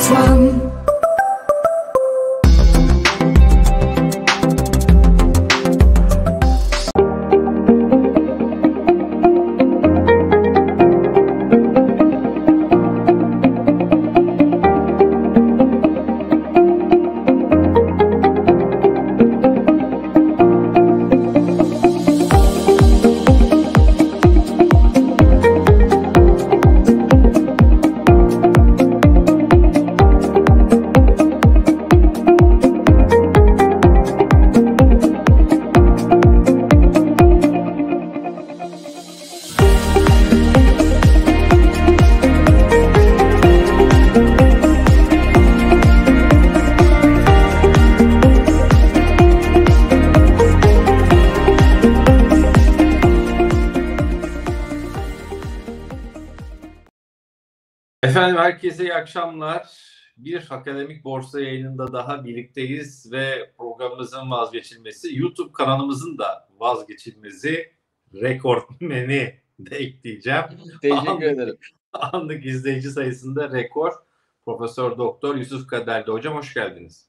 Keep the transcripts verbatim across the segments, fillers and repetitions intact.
Osman. Efendim herkese iyi akşamlar. Bir akademik borsa yayınında daha birlikteyiz ve programımızın vazgeçilmezi, YouTube kanalımızın da vazgeçilmezi rekortmeni de ekleyeceğim. Teşekkür anlık, ederim. Anlık izleyici sayısında rekor. Profesör Doktor Yusuf Kaderli hocam hoş geldiniz.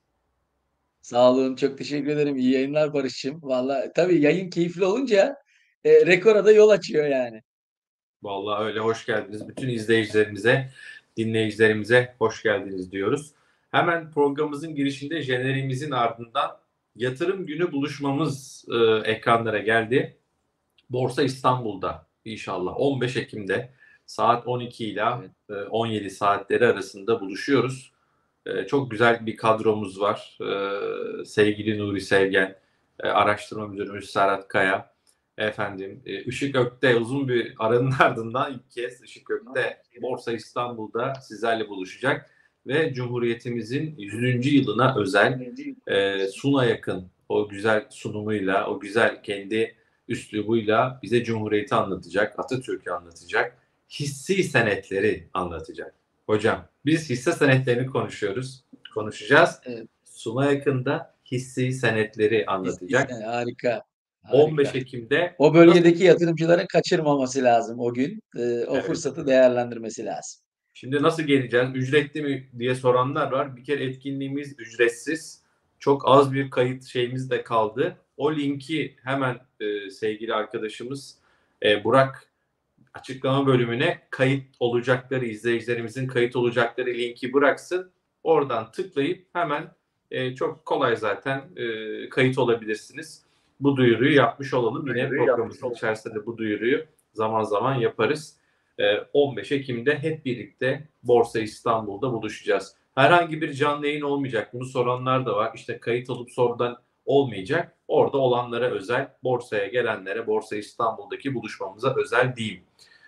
Sağ olun, çok teşekkür ederim. İyi yayınlar Barış'cığım. Vallahi tabii yayın keyifli olunca e, rekora da yol açıyor yani. Vallahi öyle, hoş geldiniz. Bütün izleyicilerimize, dinleyicilerimize hoş geldiniz diyoruz. Hemen programımızın girişinde jeneriğimizin ardından yatırım günü buluşmamız e, ekranlara geldi. Borsa İstanbul'da inşallah on beş Ekim'de saat on iki ile evet. on yedi saatleri arasında buluşuyoruz. E, çok güzel bir kadromuz var. E, sevgili Nuri Sevgen, e, araştırma müdürümüz Serhat Kaya, efendim Işık Ökte, uzun bir aranın ardından ilk kez Işık Ökte Borsa İstanbul'da sizlerle buluşacak ve Cumhuriyetimizin yüzüncü yılına özel e, Suna yakın o güzel sunumuyla, o güzel kendi üslubuyla bize Cumhuriyeti anlatacak, Atatürk'ü anlatacak, hissi senetleri anlatacak. Hocam biz hisse senetlerini konuşuyoruz, konuşacağız. Evet. Suna yakında hissi senetleri anlatacak. Hissi, harika. Harika. on beş Ekim'de o bölgedeki yatırımcıların kaçırmaması lazım o gün. Ee, o evet. fırsatı değerlendirmesi lazım. Şimdi nasıl geleceğiz? Ücretli mi diye soranlar var. Bir kere etkinliğimiz ücretsiz. Çok az bir kayıt şeyimiz de kaldı. O linki hemen e, sevgili arkadaşımız e, Burak açıklama bölümüne kayıt olacakları, izleyicilerimizin kayıt olacakları linki bıraksın. Oradan tıklayıp hemen e, çok kolay zaten e, kayıt olabilirsiniz. Bu duyuruyu yapmış olalım. Yine programımızın içerisinde de bu duyuruyu zaman zaman yaparız. E, on beş Ekim'de hep birlikte Borsa İstanbul'da buluşacağız. Herhangi bir canlı yayın olmayacak. Bunu soranlar da var. İşte kayıt olup sonradan olmayacak. Orada olanlara özel, borsaya gelenlere, Borsa İstanbul'daki buluşmamıza özel diyeyim.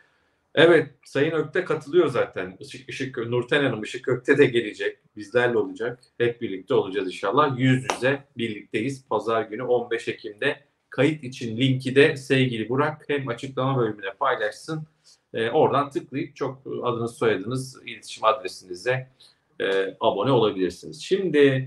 Evet, Sayın Ökte katılıyor zaten. Işık, Işık, Nurten Hanım, Işık Ökte de gelecek. Bizlerle olacak. Hep birlikte olacağız inşallah. Yüz yüze birlikteyiz. Pazar günü on beş Ekim'de. Kayıt için linki de sevgili Burak hem açıklama bölümüne paylaşsın. Ee, oradan tıklayıp çok adınız, soyadınız, iletişim adresinize e, abone olabilirsiniz. Şimdi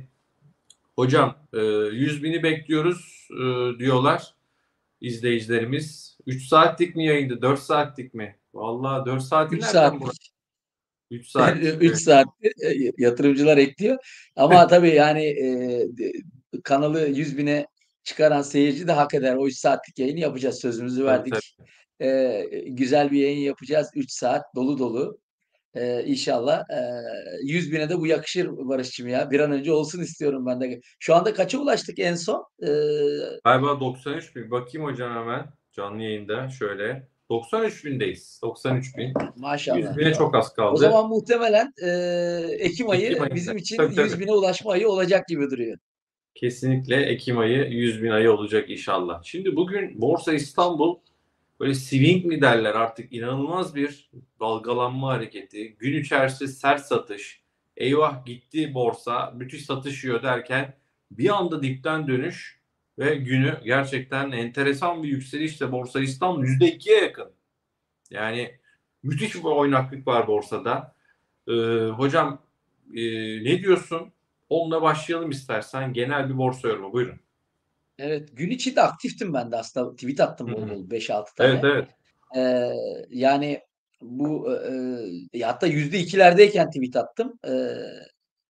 hocam e, yüz bini bekliyoruz e, diyorlar izleyicilerimiz. üç saatlik mi yayındı? dört saatlik mi? Vallahi dört saati nereden bu? üç saat. üç saat yatırımcılar ekliyor. Ama tabii yani e, kanalı yüz bine çıkaran seyirci de hak eder. O üç saatlik yayını yapacağız. Sözümüzü verdik. Tabii, tabii. E, güzel bir yayın yapacağız. üç saat dolu dolu. Ee, inşallah e, yüz bine de bu yakışır Barış'cığım ya. Bir an önce olsun istiyorum ben de. Şu anda kaça ulaştık en son? Ee, Galiba doksan üç bin. Bakayım hocam hemen canlı yayında şöyle. doksan üç bindeyiz. doksan üç bin. Maşallah. yüz bine çok az kaldı. O zaman muhtemelen e, Ekim ayı Ekim bizim için tabii, yüz bine ulaşma ayı olacak gibi duruyor. Kesinlikle Ekim ayı yüz bin ayı olacak inşallah. Şimdi bugün Borsa İstanbul böyle swing mi derler artık, inanılmaz bir dalgalanma hareketi. Gün içerisinde sert satış. Eyvah gitti borsa, müthiş satışıyor derken bir anda dipten dönüş ve günü gerçekten enteresan bir yükselişle Borsa İstanbul yüzde ikiye yakın. Yani müthiş bir oynaklık var borsada. Ee, hocam e, ne diyorsun? Onunla başlayalım istersen. Genel bir borsa yorumu. Buyurun. Evet, gün içi de aktiftim ben de aslında. Tweet attım bol bol beş altı tane. Evet, evet. Ee, yani bu e, hatta yüzde ikilerdeyken tweet attım. Ee,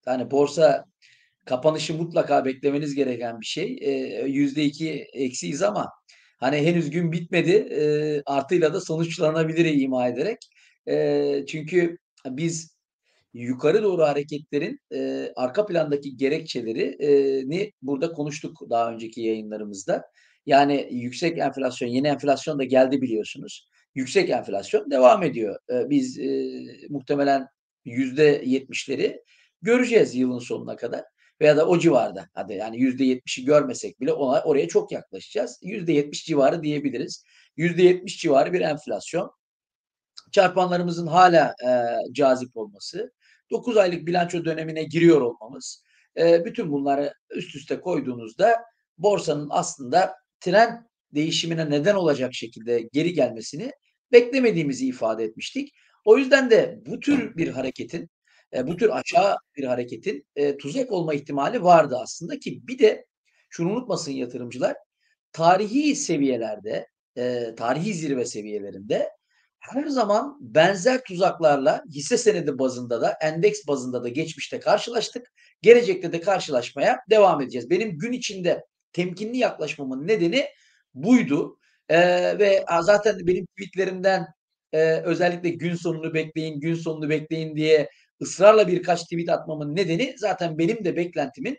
hani borsa kapanışı mutlaka beklemeniz gereken bir şey. Eee, yüzde iki eksiyiz ama hani henüz gün bitmedi. Eee, artıyla da sonuçlanabilir ima ederek. Eee, çünkü biz yukarı doğru hareketlerin, eee, arka plandaki gerekçeleri eee, ni burada konuştuk daha önceki yayınlarımızda. Yani yüksek enflasyon, yeni enflasyon da geldi biliyorsunuz. Yüksek enflasyon devam ediyor. Eee, biz, eee, muhtemelen yüzde yetmişleri göreceğiz yılın sonuna kadar veya da o civarda. Hadi yani yüzde yetmişi görmesek bile ona oraya çok yaklaşacağız. yüzde yetmiş civarı diyebiliriz. yüzde yetmiş civarı bir enflasyon. Çarpanlarımızın hâlâ, eee, cazip olması, dokuz aylık bilanço dönemine giriyor olmamız, eee, bütün bunları üst üste koyduğunuzda borsanın aslında trend değişimine neden olacak şekilde geri gelmesini beklemediğimizi ifade etmiştik. O yüzden de bu tür bir hareketin, eee, bu tür aşağı bir hareketin, eee, tuzak olma ihtimali vardı aslında ki bir de şunu unutmasın yatırımcılar, tarihi seviyelerde, eee, tarihi zirve seviyelerinde her zaman benzer tuzaklarla hisse senedi bazında da endeks bazında da geçmişte karşılaştık. Gelecekte de karşılaşmaya devam edeceğiz. Benim gün içinde temkinli yaklaşmamın nedeni buydu. Eee, ve a zaten benim tweet'lerimden, eee, özellikle gün sonunu bekleyin, gün sonunu bekleyin diye ısrarla birkaç tweet atmamın nedeni zaten benim de beklentimin,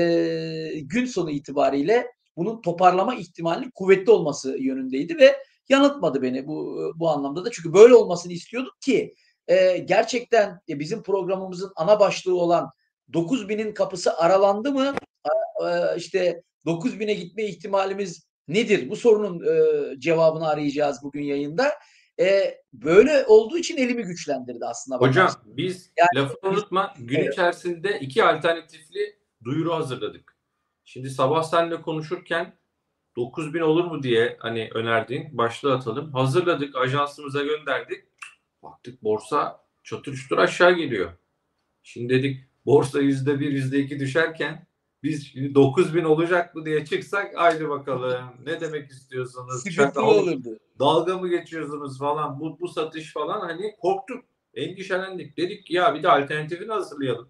eee, gün sonu itibariyle bunun toparlama ihtimalinin kuvvetli olması yönündeydi ve yanıltmadı beni bu bu anlamda da. Çünkü böyle olmasını istiyorduk ki eee, gerçekten e, bizim programımızın ana başlığı olan dokuz binin kapısı aralandı mı? A eee, işte dokuz bine gitme ihtimalimiz nedir? Bu sorunun eee, cevabını arayacağız bugün yayında. Eee, böyle olduğu için elimi güçlendirdi aslına Hocam bakarsanız. biz Yani lafını biz unutma gün evet. içerisinde iki alternatifli duyuru hazırladık. Şimdi sabah seninle konuşurken dokuz bin olur mu diye hani önerdin. Başlığı atalım. Hazırladık, ajansımıza gönderdik. Baktık borsa çatır çutur aşağı geliyor. Şimdi dedik borsa yüzde bir, yüzde iki düşerken biz şimdi dokuz bin olacak mı diye çıksak haydi bakalım. Ne demek istiyorsunuz? Şaka Sıkıntılı oğlum. olurdu. Dalga mı geçiyorsunuz falan. Bu, bu satış falan hani korktuk. Endişelendik. Dedik ki ya bir de alternatifini hazırlayalım.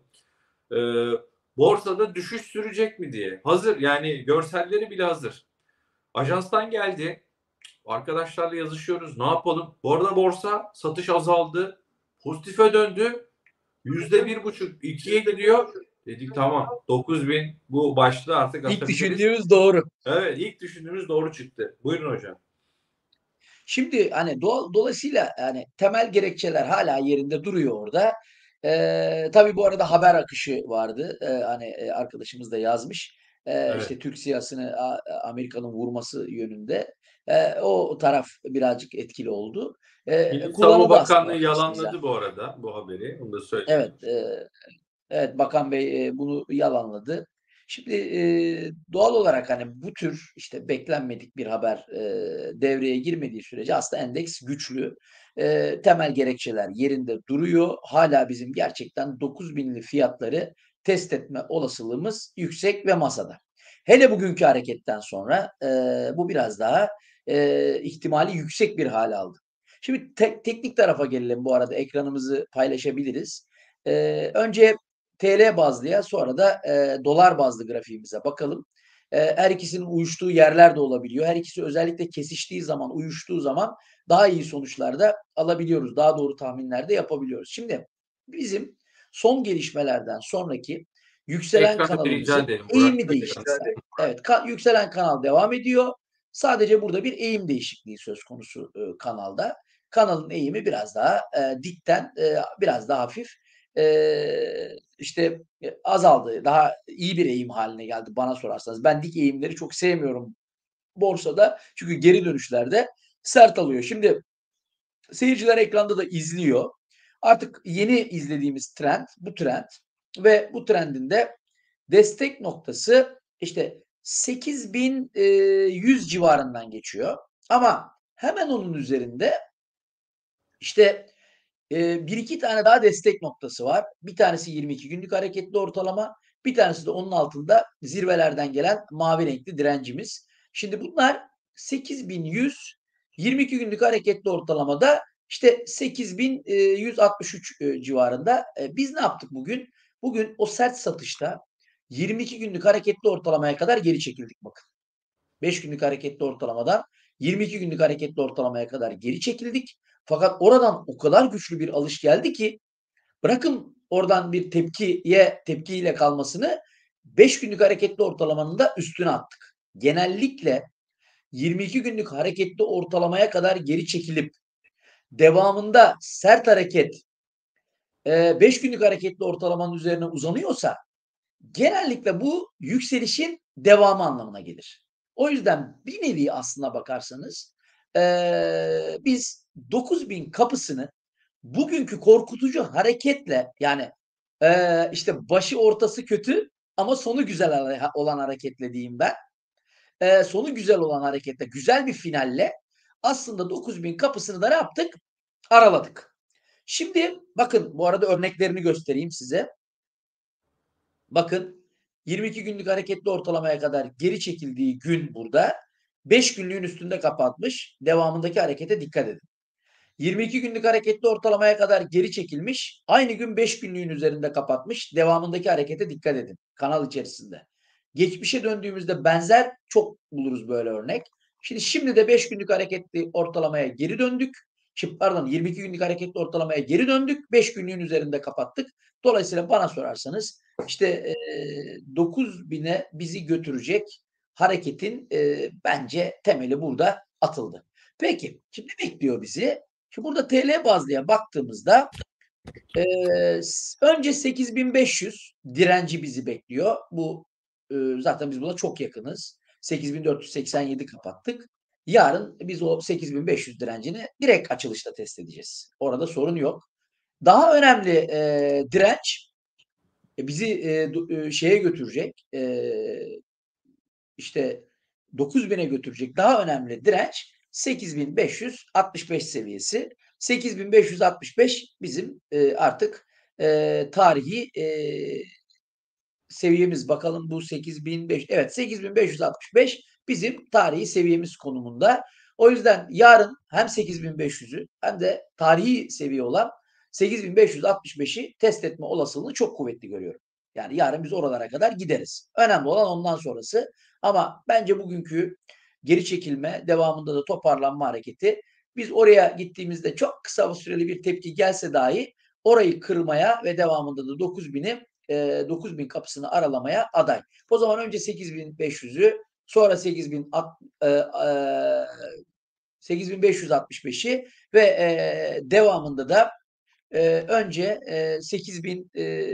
Ee, borsada düşüş sürecek mi diye. Hazır yani görselleri bile hazır. Ajanstan geldi. Arkadaşlarla yazışıyoruz. Ne yapalım? Bu arada borsa satış azaldı. Pozitife döndü. Yüzde bir buçuk, ikiye gidiyor. Dedik tamam. dokuz bin bu başlığı artık İlk atabiliriz. düşündüğümüz doğru. Evet ilk düşündüğümüz doğru çıktı. Buyurun hocam. Şimdi hani do dolayısıyla yani temel gerekçeler hâlâ yerinde duruyor orada. Eee, tabii bu arada haber akışı vardı. Eee, hani, eee, arkadaşımız da yazmış. Eee, Evet. işte Türk SİHA'sını a Amerika'nın vurması yönünde. Eee, o taraf birazcık etkili oldu. Eee, Milli Savunma kullanıldı Bakanlığı aslına bakarsanız yani. yalanladı bu arada bu haberi. Onu da söyleyelim. Evet, eee Evet, Bakan Bey, eee, bunu yalanladı. Şimdi, eee, doğal olarak, hani, bu tür, işte, beklenmedik bir haber, eee, devreye girmediği sürece aslında endeks güçlü. Eee, temel gerekçeler yerinde duruyor. Hâlâ bizim gerçekten dokuz binli fiyatları test etme olasılığımız yüksek ve masada. Hele bugünkü hareketten sonra, eee, bu biraz daha, eee, ihtimali yüksek bir hâl aldı. Şimdi tek teknik tarafa gelelim bu arada, ekranımızı paylaşabiliriz. Eee, önce T L bazlıya sonra da, eee, dolar bazlı grafiğimize bakalım. Eee, her ikisinin uyuştuğu yerler de olabiliyor. Her ikisi özellikle kesiştiği zaman, uyuştuğu zaman daha iyi sonuçlar da alabiliyoruz. Daha doğru tahminler de yapabiliyoruz. Şimdi bizim son gelişmelerden sonraki yükselen Ekranı bir rica kanalımızın edelim Burak. eğimi değişti. Evet, ka yükselen kanal devam ediyor. Sadece burada bir eğim değişikliği söz konusu, ııı, kanalda. Kanalın eğimi biraz daha, eee, dikten, eee, biraz daha hafif, eee, işte, eee, azaldı. Daha iyi bir eğim hâline geldi bana sorarsanız. Ben dik eğimleri çok sevmiyorum borsada. Çünkü geri dönüşler de sert alıyor. Şimdi seyirciler ekranda da izliyor. Artık yeni izlediğimiz trend bu trend ve bu trendin de destek noktası, işte, sekiz bin yüz civarından geçiyor. Ama hemen onun üzerinde, işte, Eee, bir iki tane daha destek noktası var. Bir tanesi yirmi iki günlük hareketli ortalama, bir tanesi de onun altında zirvelerden gelen mavi renkli direncimiz. Şimdi bunlar sekiz bin yüz, yirmi iki günlük hareketli ortalamada işte sekiz bin yüz altmış üç eee, civarında. Eee, biz ne yaptık bugün? Bugün o sert satışta yirmi iki günlük hareketli ortalamaya kadar geri çekildik bakın. beş günlük hareketli ortalamadan yirmi iki günlük hareketli ortalamaya kadar geri çekildik. Fakat oradan o kadar güçlü bir alış geldi ki bırakın oradan bir tepkiye tepkiyle kalmasını beş günlük hareketli ortalamanın da üstüne attık. Genellikle yirmi iki günlük hareketli ortalamaya kadar geri çekilip devamında sert hareket beş günlük hareketli ortalamanın üzerine uzanıyorsa genellikle bu yükselişin devamı anlamına gelir. O yüzden bir nevi aslına bakarsanız ee, biz dokuz bin kapısını bugünkü korkutucu hareketle yani ee, işte başı ortası kötü ama sonu güzel olan hareketle diyeyim ben. Ee, sonu güzel olan hareketle, güzel bir finalle aslında dokuz bin kapısını da ne yaptık? Araladık. Şimdi bakın bu arada örneklerini göstereyim size. Bakın yirmi iki günlük hareketli ortalamaya kadar geri çekildiği gün burada beş günlüğün üstünde kapatmış. Devamındaki harekete dikkat edin. yirmi iki günlük hareketli ortalamaya kadar geri çekilmiş. Aynı gün beş günlüğün üzerinde kapatmış. Devamındaki harekete dikkat edin. Kanal içerisinde. Geçmişe döndüğümüzde benzer çok buluruz böyle örnek. Şimdi şimdi de beş günlük hareketli ortalamaya geri döndük. Şimdi pardon yirmi iki günlük hareketli ortalamaya geri döndük. beş günlüğün üzerinde kapattık. Dolayısıyla bana sorarsanız işte e, dokuz bine bizi götürecek hareketin e, bence temeli burada atıldı. Peki şimdi ne bekliyor bizi? Şimdi burada T L bazlıya baktığımızda e, önce sekiz bin beş yüz direnci bizi bekliyor. Bu e, zaten biz buna çok yakınız. sekiz bin dört yüz seksen yedi kapattık. Yarın biz o sekiz bin beş yüz direncini direkt açılışta test edeceğiz. Orada sorun yok. Daha önemli e, direnç e, bizi e, e, şeye götürecek. E, işte dokuz bine götürecek daha önemli direnç sekiz bin beş yüz altmış beş seviyesi. sekiz bin beş yüz altmış beş bizim e, artık e, tarihi e, seviyemiz. Bakalım bu sekiz bin beş yüz evet sekiz bin beş yüz altmış beş bizim tarihi seviyemiz konumunda. O yüzden yarın hem sekiz bin beş yüzü hem de tarihi seviye olan sekiz bin beş yüz altmış beşi test etme olasılığını çok kuvvetli görüyorum. Yani yarın biz oralara kadar gideriz. Önemli olan ondan sonrası. Ama bence bugünkü geri çekilme, devamında da toparlanma hareketi biz oraya gittiğimizde çok kısa süreli bir tepki gelse dahi orayı kırmaya ve devamında da dokuz bini e, dokuz bin kapısını aralamaya aday. O zaman önce sekiz bin beş yüzü sonra sekiz bin e, e, sekiz bin beş yüz altmış beşi ve e, devamında da e, önce e, sekiz bin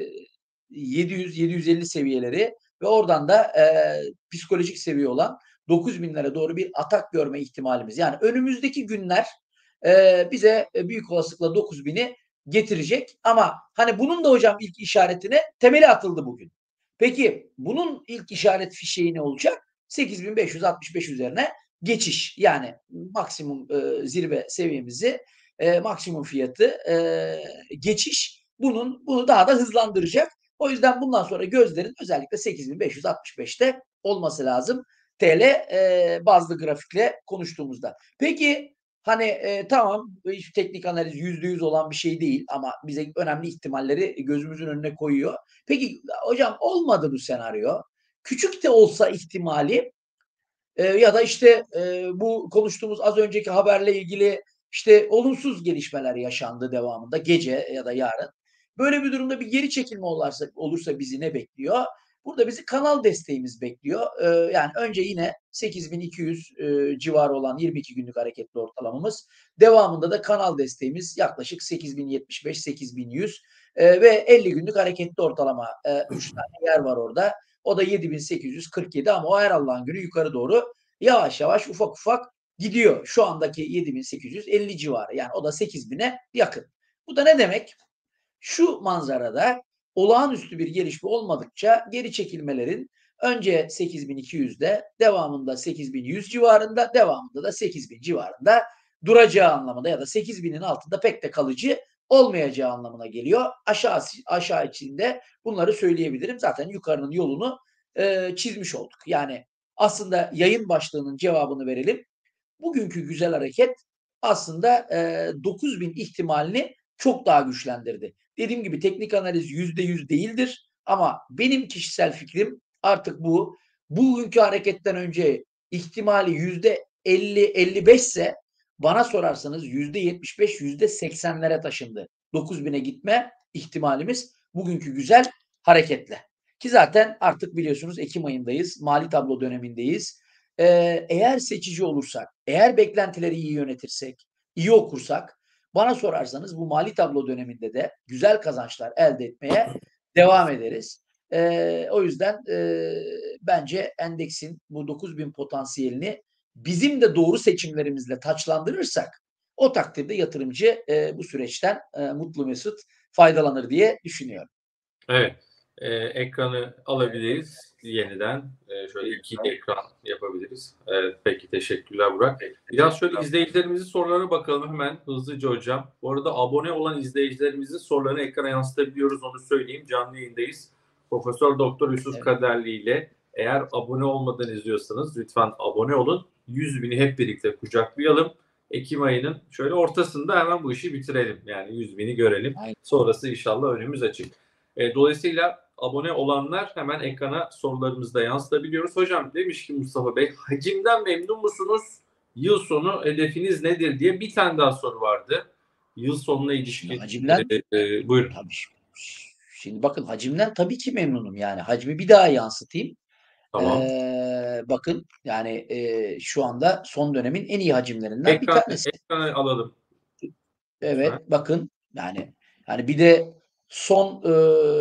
yedi yüz yedi yüz elli seviyeleri ve oradan da e, psikolojik seviye olan dokuz binlere doğru bir atak görme ihtimalimiz. Yani önümüzdeki günler e, bize büyük olasılıkla dokuz bini getirecek ama hani bunun da hocam ilk işaretine temeli atıldı bugün. Peki bunun ilk işaret fişeği ne olacak? sekiz bin beş yüz altmış beş üzerine geçiş yani maksimum e, zirve seviyemizi e, maksimum fiyatı e, geçiş bunun bunu daha da hızlandıracak. O yüzden bundan sonra gözlerin özellikle sekiz bin beş yüz altmış beşte olması lazım. T L e, bazlı grafikle konuştuğumuzda. Peki hani e, tamam hiç teknik analiz yüzde yüz olan bir şey değil ama bize önemli ihtimalleri gözümüzün önüne koyuyor. Peki hocam olmadı bu senaryo. Küçük de olsa ihtimali e, ya da işte e, bu konuştuğumuz az önceki haberle ilgili işte olumsuz gelişmeler yaşandı devamında gece ya da yarın. Böyle bir durumda bir geri çekilme olursa, olursa bizi ne bekliyor? Burada bizi kanal desteğimiz bekliyor. Ee, yani önce yine sekiz bin iki yüz e, civarı olan yirmi iki günlük hareketli ortalamamız. Devamında da kanal desteğimiz yaklaşık sekiz bin yetmiş beş sekiz bin yüz e, ve elli günlük hareketli ortalama. üç e, tane yer var orada. O da yedi bin sekiz yüz kırk yedi ama o her Allah'ın günü yukarı doğru yavaş yavaş ufak ufak gidiyor. Şu andaki yedi bin sekiz yüz elli civarı. Yani o da sekiz bine yakın. Bu da ne demek? Şu manzarada olağanüstü bir gelişme olmadıkça geri çekilmelerin önce sekiz bin iki yüzde, devamında sekiz bin yüz civarında, devamında da sekiz bin civarında duracağı anlamında ya da sekiz binin altında pek de kalıcı olmayacağı anlamına geliyor. Aşağı aşağı içinde bunları söyleyebilirim. Zaten yukarının yolunu e, çizmiş olduk. Yani aslında yayın başlığının cevabını verelim. Bugünkü güzel hareket aslında e, dokuz bin ihtimalini çok daha güçlendirdi. Dediğim gibi teknik analiz yüzde yüz değildir ama benim kişisel fikrim artık bu. Bugünkü hareketten önce ihtimali yüzde elli elli beş ise bana sorarsanız yüzde yetmiş beş yüzde seksenlere taşındı. dokuz bine gitme ihtimalimiz bugünkü güzel hareketle. Ki zaten artık biliyorsunuz Ekim ayındayız. Mali tablo dönemindeyiz. Ee, eğer seçici olursak, eğer beklentileri iyi yönetirsek, iyi okursak bana sorarsanız bu mali tablo döneminde de güzel kazançlar elde etmeye devam ederiz. Ee, o yüzden e, bence endeksin bu dokuz bin potansiyelini bizim de doğru seçimlerimizle taçlandırırsak o takdirde yatırımcı e, bu süreçten e, mutlu mesut faydalanır diye düşünüyorum. Evet. Ee, ekranı alabiliriz yeniden. Ee, şöyle iki ekran yapabiliriz. Evet, peki teşekkürler Burak. Biraz şöyle izleyicilerimizin sorularına bakalım hemen hızlıca hocam. Bu arada abone olan izleyicilerimizin sorularını ekrana yansıtabiliyoruz, onu söyleyeyim. Canlı yayındayız. Profesör Doktor Yusuf Evet. Kaderli ile eğer abone olmadan izliyorsanız lütfen abone olun. yüz bini hep birlikte kucaklayalım. Ekim ayının şöyle ortasında hemen bu işi bitirelim. Yani yüz bini görelim. Aynen. Sonrası inşallah önümüz açık. E, dolayısıyla abone olanlar hemen ekrana sorularımızı da yansıtabiliyoruz. Hocam demiş ki Mustafa Bey, hacimden memnun musunuz? Yıl sonu hedefiniz nedir diye bir tane daha soru vardı. Yıl sonuna Şimdi ilişkin. hacimden E, e, buyurun. tabii şimdi bakın hacimden tabii ki memnunum yani. Hacmi bir daha yansıtayım. Tamam. Ee, bakın yani e, şu anda son dönemin en iyi hacimlerinden bir Ekran, tanesi. ekranı alalım lütfen. Evet, bakın yani yani bir de son e,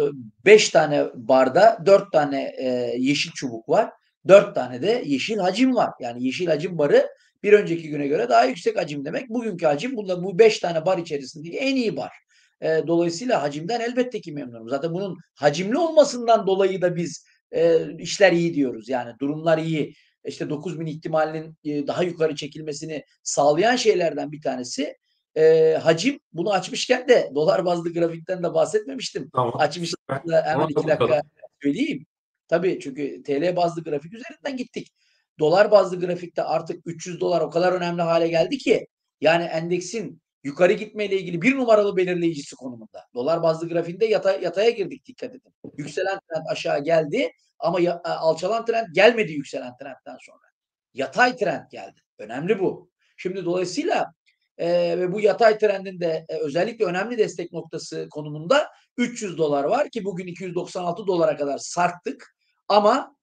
beş tane barda dört tane e, yeşil çubuk var. Dört tane de yeşil hacim var. Yani yeşil hacim barı bir önceki güne göre daha yüksek hacim demek. Bugünkü hacim bunda bu beş tane bar içerisindeki en iyi bar. E, dolayısıyla hacimden elbette ki memnunum. Zaten bunun hacimli olmasından dolayı da biz e, işler iyi diyoruz. Yani durumlar iyi. İşte dokuz bin ihtimalinin e, daha yukarı çekilmesini sağlayan şeylerden bir tanesi e, hacim. Bunu açmışken de dolar bazlı grafikten de bahsetmemiştim. Tamam. Açmışken Süper. de hemen Ona da iki dakika bakalım. söyleyeyim. Tabii çünkü T L bazlı grafik üzerinden gittik. Dolar bazlı grafikte artık üç yüz dolar o kadar önemli hale geldi ki yani endeksin yukarı gitmeyle ilgili bir numaralı belirleyicisi konumunda. Dolar bazlı grafiğinde yata, yataya girdik, dikkat edin. Yükselen trend aşağı geldi ama ya, alçalan trend gelmedi yükselen trendten sonra. Yatay trend geldi. Önemli bu. Şimdi dolayısıyla e, ve bu yatay trendin de e, özellikle önemli destek noktası konumunda üç yüz dolar var ki bugün iki yüz doksan altı dolara kadar sarktık. Ama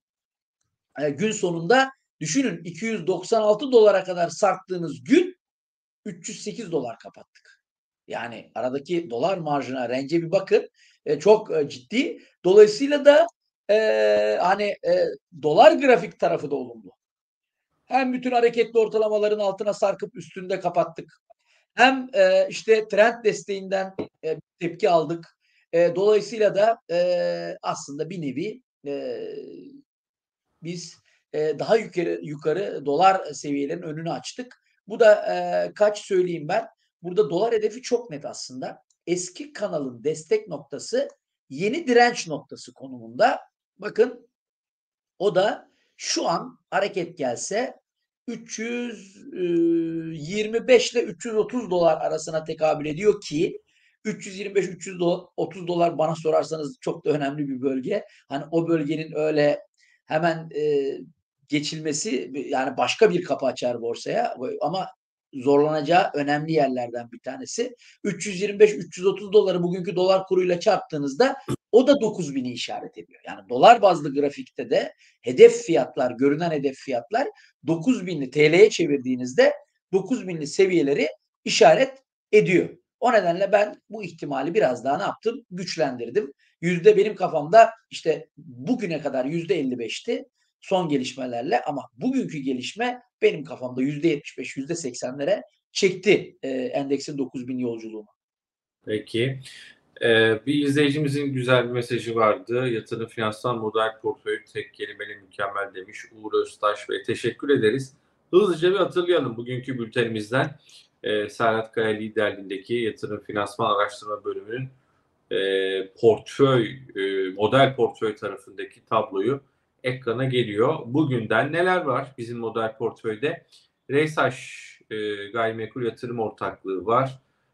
e, gün sonunda düşünün iki yüz doksan altı dolara kadar sarktığınız gün üç yüz sekiz dolar kapattık. Yani aradaki dolar marjına, rence bir bakın. E, çok e, ciddi. Dolayısıyla da e, hani e, dolar grafik tarafı da olumlu. Hem bütün hareketli ortalamaların altına sarkıp üstünde kapattık. Hem e, işte trend desteğinden e, tepki aldık. E, dolayısıyla da e, aslında bir nevi e, biz e, daha yukarı yukarı dolar seviyelerinin önünü açtık. Bu da e, kaç söyleyeyim ben. Burada dolar hedefi çok net aslında. Eski kanalın destek noktası yeni direnç noktası konumunda. Bakın o da şu an hareket gelse üç yüz yirmi beş ile üç yüz otuz dolar arasına tekabül ediyor ki üç yüz yirmi beş üç yüz otuz dolar bana sorarsanız çok da önemli bir bölge. Hani o bölgenin öyle hemen e, geçilmesi yani başka bir kapı açar borsaya ama zorlanacağı önemli yerlerden bir tanesi. üç yüz yirmi beş üç yüz otuz doları bugünkü dolar kuruyla çarptığınızda o da dokuz bini işaret ediyor. Yani dolar bazlı grafikte de hedef fiyatlar, görünen hedef fiyatlar dokuz binli T L'ye çevirdiğinizde dokuz binli seviyeleri işaret ediyor. O nedenle ben bu ihtimali biraz daha ne yaptım? Güçlendirdim. Yüzde benim kafamda işte bugüne kadar yüzde elli beşti son gelişmelerle ama bugünkü gelişme benim kafamda yüzde yetmiş beş, yüzde seksenlere çekti e, endeksin dokuz bin yolculuğunu. Peki. Ee, bir izleyicimizin güzel bir mesajı vardı. Yatırım finansal model portföyü tek kelimeyle mükemmel demiş Uğur Öztaş Bey. Teşekkür ederiz. Hızlıca bir hatırlayalım bugünkü bültenimizden. Ee, Serhat Kaya liderliğindeki yatırım finansman araştırma bölümünün e, portföy, e, model portföy tarafındaki tabloyu ekrana geliyor. Bugünden neler var bizim model portföyde? Reysaş e, Gayrimenkul Yatırım Ortaklığı var.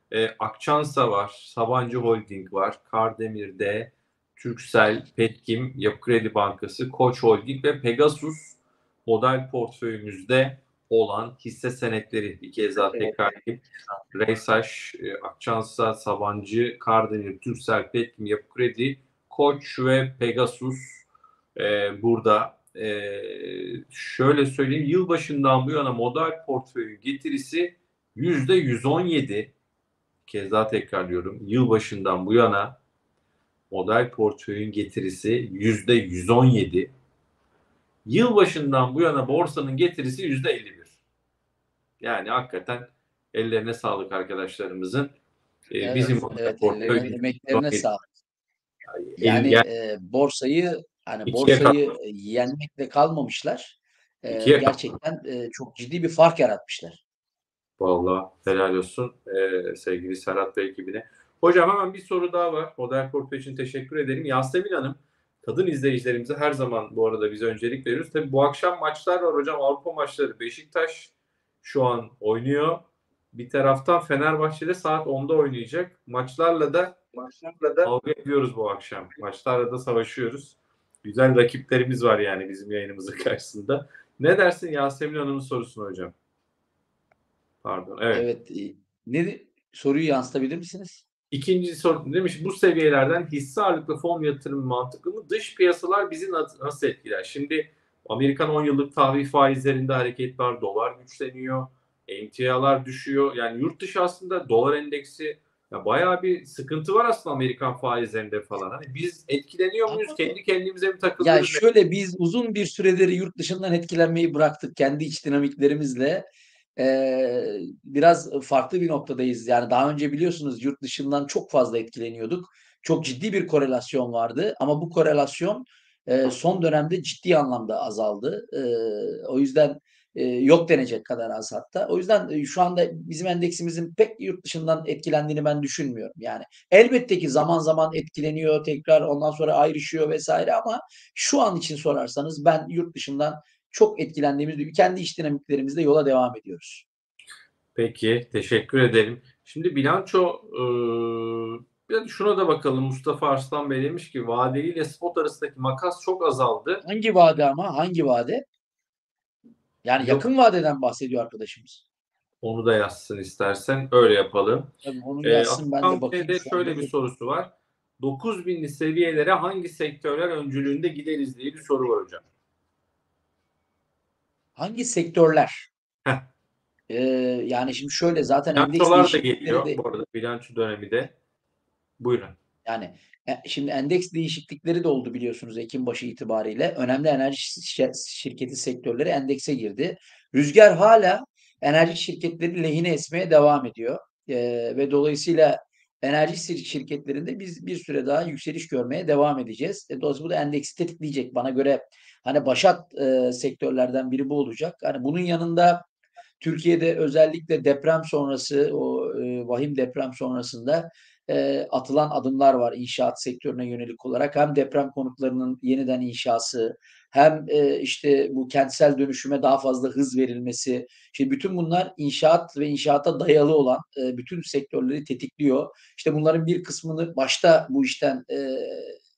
E, Akçansa var, Sabancı Holding var, Kardemir'de, Turkcell, Petkim, Yapı Kredi Bankası, Koç Holding ve Pegasus model portföyümüzde olan hisse senetleri. Bir kez daha tekrar edeyim. Reysaş, e, Akçansa, Sabancı, Kardemir, Turkcell, Petkim, Yapı Kredi, Koç ve Pegasus e, burada. E, şöyle söyleyeyim, yılbaşından bu yana model portföyün getirisi yüzde yüz on yedi. Kez daha tekrarlıyorum. Yılbaşından bu yana model portföyün getirisi yüzde yüz on yedi. Yılbaşından bu yana borsanın getirisi yüzde elli bir. Yani hakikaten ellerine sağlık arkadaşlarımızın. Ee, bizim Evet, model evet, portföy ellerine, emeklerine yüzde on yedi. sağlık. El- Yani, yani eee, borsayı, hani, ikiye borsayı, katladı. eee, yenmekle kalmamışlar. Eee, İkiye katladı. gerçekten, eee, çok ciddi bir fark yaratmışlar. Vallahi helal olsun ee, sevgili Serhat ve ekibine. Hocam hemen bir soru daha var. Model portföy için teşekkür ederim. Yasemin Hanım, kadın izleyicilerimize her zaman bu arada biz öncelik veriyoruz. Tabii bu akşam maçlar var hocam. Avrupa maçları. Beşiktaş şu an oynuyor. Bir taraftan Fenerbahçe'de saat onda oynayacak. Maçlarla da maçlarla da kavga ediyoruz bu akşam. Maçlarla da savaşıyoruz. Güzel rakiplerimiz var yani bizim yayınımızın karşısında. Ne dersin Yasemin Hanım'ın sorusuna hocam? Pardon. Evet. Evet, iii, ne soruyu yansıtabilir misiniz? İkinci soru demiş bu seviyelerden hisse ağırlıklı fon yatırımı mantıklı mı? Dış piyasalar bizi nasıl etkiler? Şimdi Amerikan on yıllık tahvil faizlerinde hareket var. Dolar güçleniyor. Emtialar düşüyor. Yani yurt dışı aslında dolar endeksi ya bayağı bir sıkıntı var aslında Amerikan faizlerinde falan. Hani biz etkileniyor muyuz? Ama Kendi kendimize mi ya, takılıyoruz? şöyle, biz uzun bir süredir yurt dışından etkilenmeyi bıraktık kendi iç dinamiklerimizle. Eee, biraz farklı bir noktadayız. Yani, daha önce biliyorsunuz yurt dışından çok fazla etkileniyorduk. Çok ciddi bir korelasyon vardı ama bu korelasyon, eee, son dönemde ciddi anlamda azaldı. Eee, o yüzden, eee, yok denecek kadar az hatta. O yüzden, eee, şu anda bizim endeksimizin pek yurt dışından etkilendiğini ben düşünmüyorum. Yani, elbette ki zaman zaman etkileniyor, tekrar ondan sonra ayrışıyor vesaire ama şu an için sorarsanız ben yurt dışından çok etkilendiğimiz, kendi iç dinamiklerimizle yola devam ediyoruz. Peki, teşekkür ederim. Şimdi bilanço, ııı, bir de şuna da bakalım. Mustafa Arslan Bey demiş ki vadeli ile spot arasındaki makas çok azaldı. Hangi vade ama? Hangi vade? Yani Yok, yakın vadeden bahsediyor arkadaşımız. onu da yazsın istersen. Öyle yapalım. Tabii onu Eee, yazsın, ben de Atakan bakayım Bey'de şu anda. şöyle bir sorusu var. dokuz binli seviyelere hangi sektörler öncülüğünde gideriz diye bir soru var hocam. Hangi sektörler? Heh, Eee, yani şimdi şöyle zaten endeks bilançolar da değişiklikleri geliyor de bu arada bilanço dönemi de. Buyurun. yani, e, şimdi endeks değişiklikleri de oldu biliyorsunuz ekim başı itibariyle. Önemli enerji şi şirketi sektörleri endekse girdi. Rüzgar hala enerji şirketleri lehine esmeye devam ediyor. Eee, ve dolayısıyla enerji sir şirketlerinde biz bir süre daha yükseliş görmeye devam edeceğiz. E, dolayısıyla bu da endeksi tetikleyecek. Bana göre, hani, başat, eee, sektörlerden biri bu olacak. Hani, bunun yanında Türkiye'de özellikle deprem sonrası, o, eee, vahim deprem sonrasında, eee, atılan adımlar var inşaat sektörüne yönelik olarak. Hem deprem konutlarının yeniden inşası hem, eee, işte, bu kentsel dönüşüme daha fazla hız verilmesi. Şimdi bütün bunlar inşaat ve inşaata dayalı olan, eee, bütün sektörleri tetikliyor. İşte, bunların bir kısmını başta bu işten, eee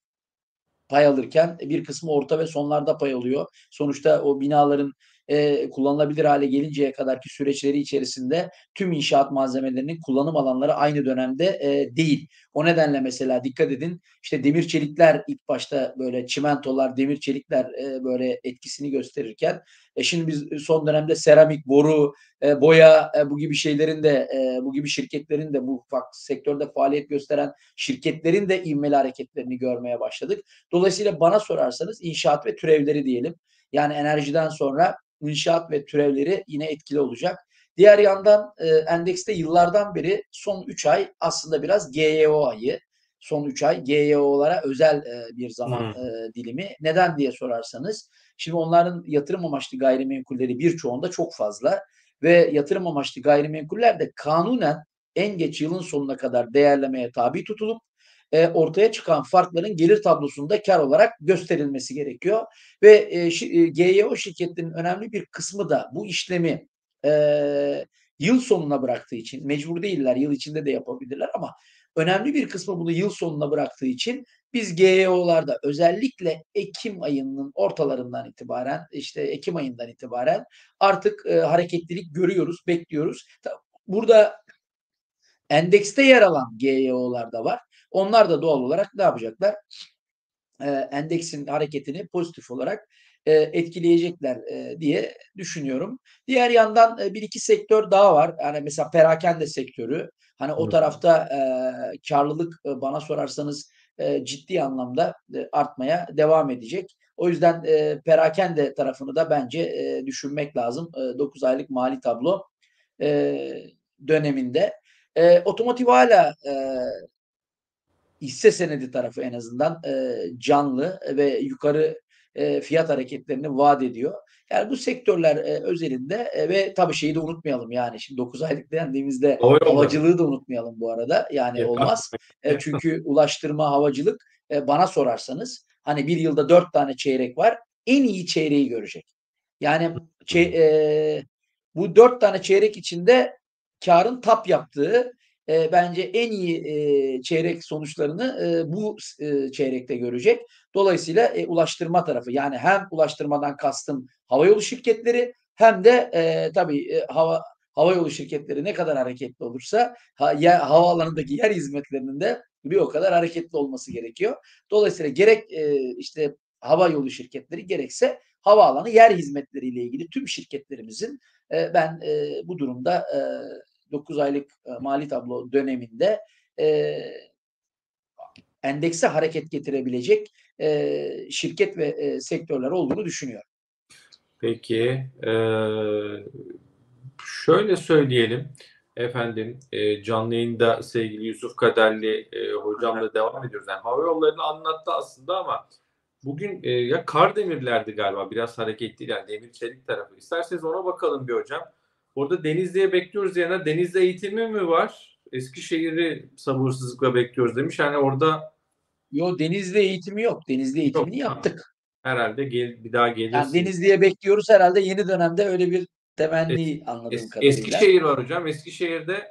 pay alırken bir kısmı orta ve sonlarda pay alıyor. Sonuçta o binaların, eee, kullanılabilir hâle gelinceye kadarki süreçleri içerisinde tüm inşaat malzemelerinin kullanım alanları aynı dönemde, eee, değil. O nedenle mesela dikkat edin, işte, demir çelikler ilk başta böyle çimentolar, demir çelikler, eee, böyle etkisini gösterirken, e, şimdi biz son dönemde seramik, boru, eee, boya, eee, bu gibi şeylerin de, eee, bu gibi şirketlerin de bu ufak sektörde faaliyet gösteren şirketlerin de ivmeli hareketlerini görmeye başladık. Dolayısıyla bana sorarsanız inşaat ve türevleri diyelim. Yani enerjiden sonra inşaat ve türevleri yine etkili olacak. Diğer yandan e, endekste yıllardan beri son üç ay aslında biraz G Y O ayı. Son üç ay G Y O'lara özel e, bir zaman Hımm. e, dilimi. Neden diye sorarsanız, şimdi onların yatırım amaçlı gayrimenkulleri birçoğunda çok fazla ve yatırım amaçlı gayrimenkuller de kanunen en geç yılın sonuna kadar değerlemeye tabi tutulup e, ortaya çıkan farkların gelir tablosunda kar olarak gösterilmesi gerekiyor. Ve e, şi, e, G Y O şirketlerinin önemli bir kısmı da bu işlemi e, yıl sonuna bıraktığı için, mecbur değiller, yıl içinde de yapabilirler ama önemli bir kısmı bunu yıl sonuna bıraktığı için biz G E O'larda özellikle ekim ayının ortalarından itibaren, işte ekim ayından itibaren artık e, hareketlilik görüyoruz, bekliyoruz. Burada endekste yer alan G E O'lar da var. Onlar da doğal olarak ne yapacaklar? E, endeksin hareketini pozitif olarak e, etkileyecekler e, diye düşünüyorum. Diğer yandan e, bir iki sektör daha var. Yani mesela perakende sektörü. Hani o tarafta e, karlılık e, bana sorarsanız e, ciddi anlamda e, artmaya devam edecek. O yüzden e, perakende tarafını da bence e, düşünmek lazım. E, dokuz aylık mali tablo e, döneminde. E, otomotiv hala e, hisse senedi tarafı en azından e, canlı ve yukarı e, fiyat hareketlerini vaat ediyor. Yani bu sektörler e, özelinde e, ve tabii şeyi de unutmayalım yani şimdi dokuz aylık dendiğimizde Hava yolları. havacılığı da unutmayalım bu arada. Yani Ya, olmaz. aklıma E, geldi. çünkü ulaştırma, havacılık e, bana sorarsanız hani bir yılda dört tane çeyrek var. En iyi çeyreği görecek. Yani çe, e, bu dört tane çeyrek içinde karın tap yaptığı e, bence en iyi e, çeyrek sonuçlarını e, bu e, çeyrekte görecek. Dolayısıyla e, ulaştırma tarafı yani hem ulaştırmadan kastım havayolu şirketleri hem de e, tabii e, hava havayolu şirketleri ne kadar hareketli olursa ha, ya, havaalanındaki yer hizmetlerinin de bir o kadar hareketli olması gerekiyor. Dolayısıyla gerek e, işte havayolu şirketleri gerekse havaalanı yer hizmetleriyle ilgili tüm şirketlerimizin e, ben e, bu durumda e, dokuz aylık e, mali tablo döneminde e, endekse hareket getirebilecek e, şirket ve e, sektörler olduğunu düşünüyorum. Peki, eee, şöyle söyleyelim efendim, eee, canlı yayında sevgili Yusuf Kaderli eee, hocamla devam ediyoruz. Yani hava yollarını anlattı aslında ama bugün eee, ya Kardemirler'di galiba biraz hareketli yani demir çelik tarafı. İsterseniz ona bakalım bir hocam. Orada Denizli'ye bekliyoruz diyene Denizli eğitimi mi var? Eskişehir'i sabırsızlıkla bekliyoruz demiş. Yani orada Yo Denizli eğitimi yok. Denizli yok. eğitimini Ha, yaptık. herhalde gel, bir daha Yani gelirsin. Denizli'ye bekliyoruz herhalde yeni dönemde öyle bir Es, temenni anladığım es, kadarıyla. Eskişehir var hocam. Eskişehir'de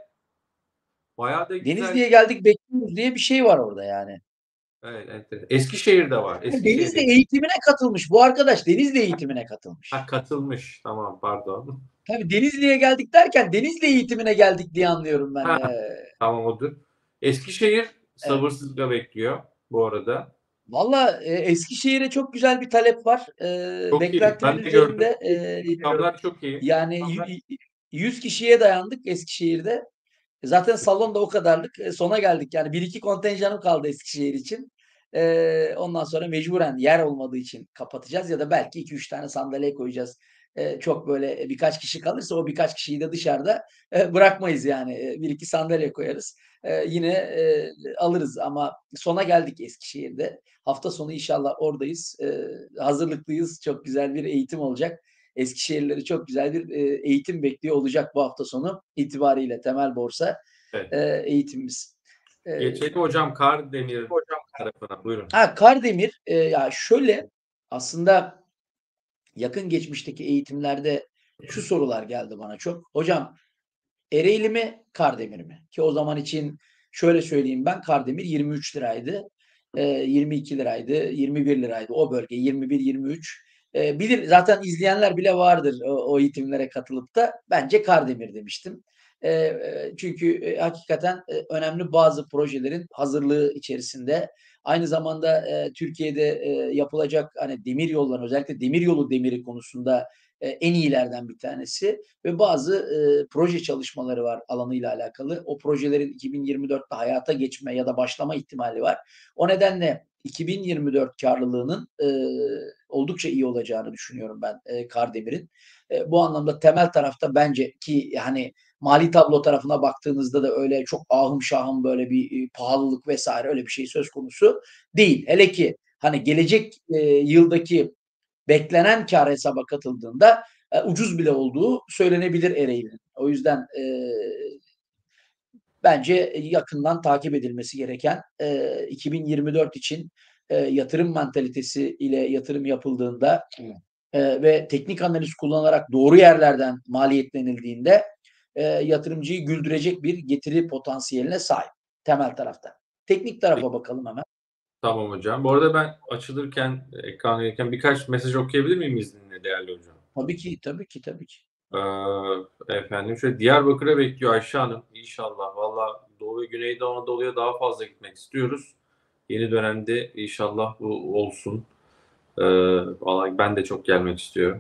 bayağı da güzel. Denizli'ye geldik bekliyoruz diye bir şey var orada yani. Evet, enteresan. Eskişehir'de var. Denizli Eskişehir'de eğitimine katılmış. Bu arkadaş Denizli eğitimine ha, katılmış. katılmış. Tamam, pardon. Tabii Denizli'ye geldik derken Denizli eğitimine geldik diye anlıyorum ben. Ha, Ee, tamam odur. Eskişehir evet. sabırsızlıkla bekliyor bu arada. Valla e, Eskişehir'e çok güzel bir talep var. Ee, Çok iyi. beklentimin Ben de gördüm. üzerinde e, Rakamlar çok iyi. yani yüz kişiye dayandık Eskişehir'de. Zaten salon da o kadarlık. E, sona geldik. Yani bir iki kontenjanım kaldı Eskişehir için. E, ondan sonra mecburen yer olmadığı için kapatacağız ya da belki iki üç tane sandalye koyacağız. E, çok böyle birkaç kişi kalırsa o birkaç kişiyi de dışarıda e, bırakmayız yani. E, bir iki sandalye koyarız. E, yine e, alırız ama sona geldik Eskişehir'de. Hafta sonu inşallah oradayız. E, hazırlıklıyız. Çok güzel bir eğitim olacak. Eskişehirlileri çok güzel bir e, eğitim bekliyor olacak bu hafta sonu itibariyle temel borsa Evet. e, eğitimimiz. E, Geçelim hocam Kardemir tarafına. Buyurun. ha Kardemir e, ya şöyle aslında yakın geçmişteki eğitimlerde şu sorular geldi bana çok. Hocam Ereğli mi Kardemir mi? Ki o zaman için şöyle söyleyeyim ben Kardemir yirmi üç liraydı. E, yirmi iki liraydı, yirmi bir liraydı o bölge yirmi bir yirmi üç. E, bilir zaten izleyenler bile vardır o, o eğitimlere katılıp da bence Kardemir demiştim. E, e, çünkü e, hakikaten e, önemli bazı projelerin hazırlığı içerisinde aynı zamanda e, Türkiye'de e, yapılacak hani demir yolları özellikle demir yolu demiri konusunda e, en iyilerden bir tanesi ve bazı e, proje çalışmaları var alanıyla alakalı. O projelerin iki bin yirmi dörtte hayata geçme ya da başlama ihtimali var. O nedenle iki bin yirmi dört karlılığının e, oldukça iyi olacağını düşünüyorum ben e, Kardemir'in. E, bu anlamda temel tarafta bence ki hani mali tablo tarafına baktığınızda da öyle çok ahım şahım böyle bir e, pahalılık vesaire öyle bir şey söz konusu değil. Hele ki hani gelecek e, yıldaki beklenen kar hesaba katıldığında e, ucuz bile olduğu söylenebilir Ereğli'nin. O yüzden e, bence yakından takip edilmesi gereken e, iki bin yirmi dört için e, yatırım mantalitesi ile yatırım yapıldığında e, ve teknik analiz kullanarak doğru yerlerden maliyetlenildiğinde e, yatırımcıyı güldürecek bir getiri potansiyeline sahip temel tarafta. Teknik tarafa bakalım hemen. Tamam hocam. Bu arada ben açılırken, ekran gelirken birkaç mesaj okuyabilir miyim izninle değerli hocam? Tabii ki, tabii ki, tabii ki. Eee, efendim şöyle Diyarbakır'a bekliyor Ayşe Hanım. İnşallah. Valla Doğu ve Güneydoğu Anadolu'ya daha fazla gitmek istiyoruz. Yeni dönemde inşallah bu olsun. Eee valla ben de çok gelmek istiyorum.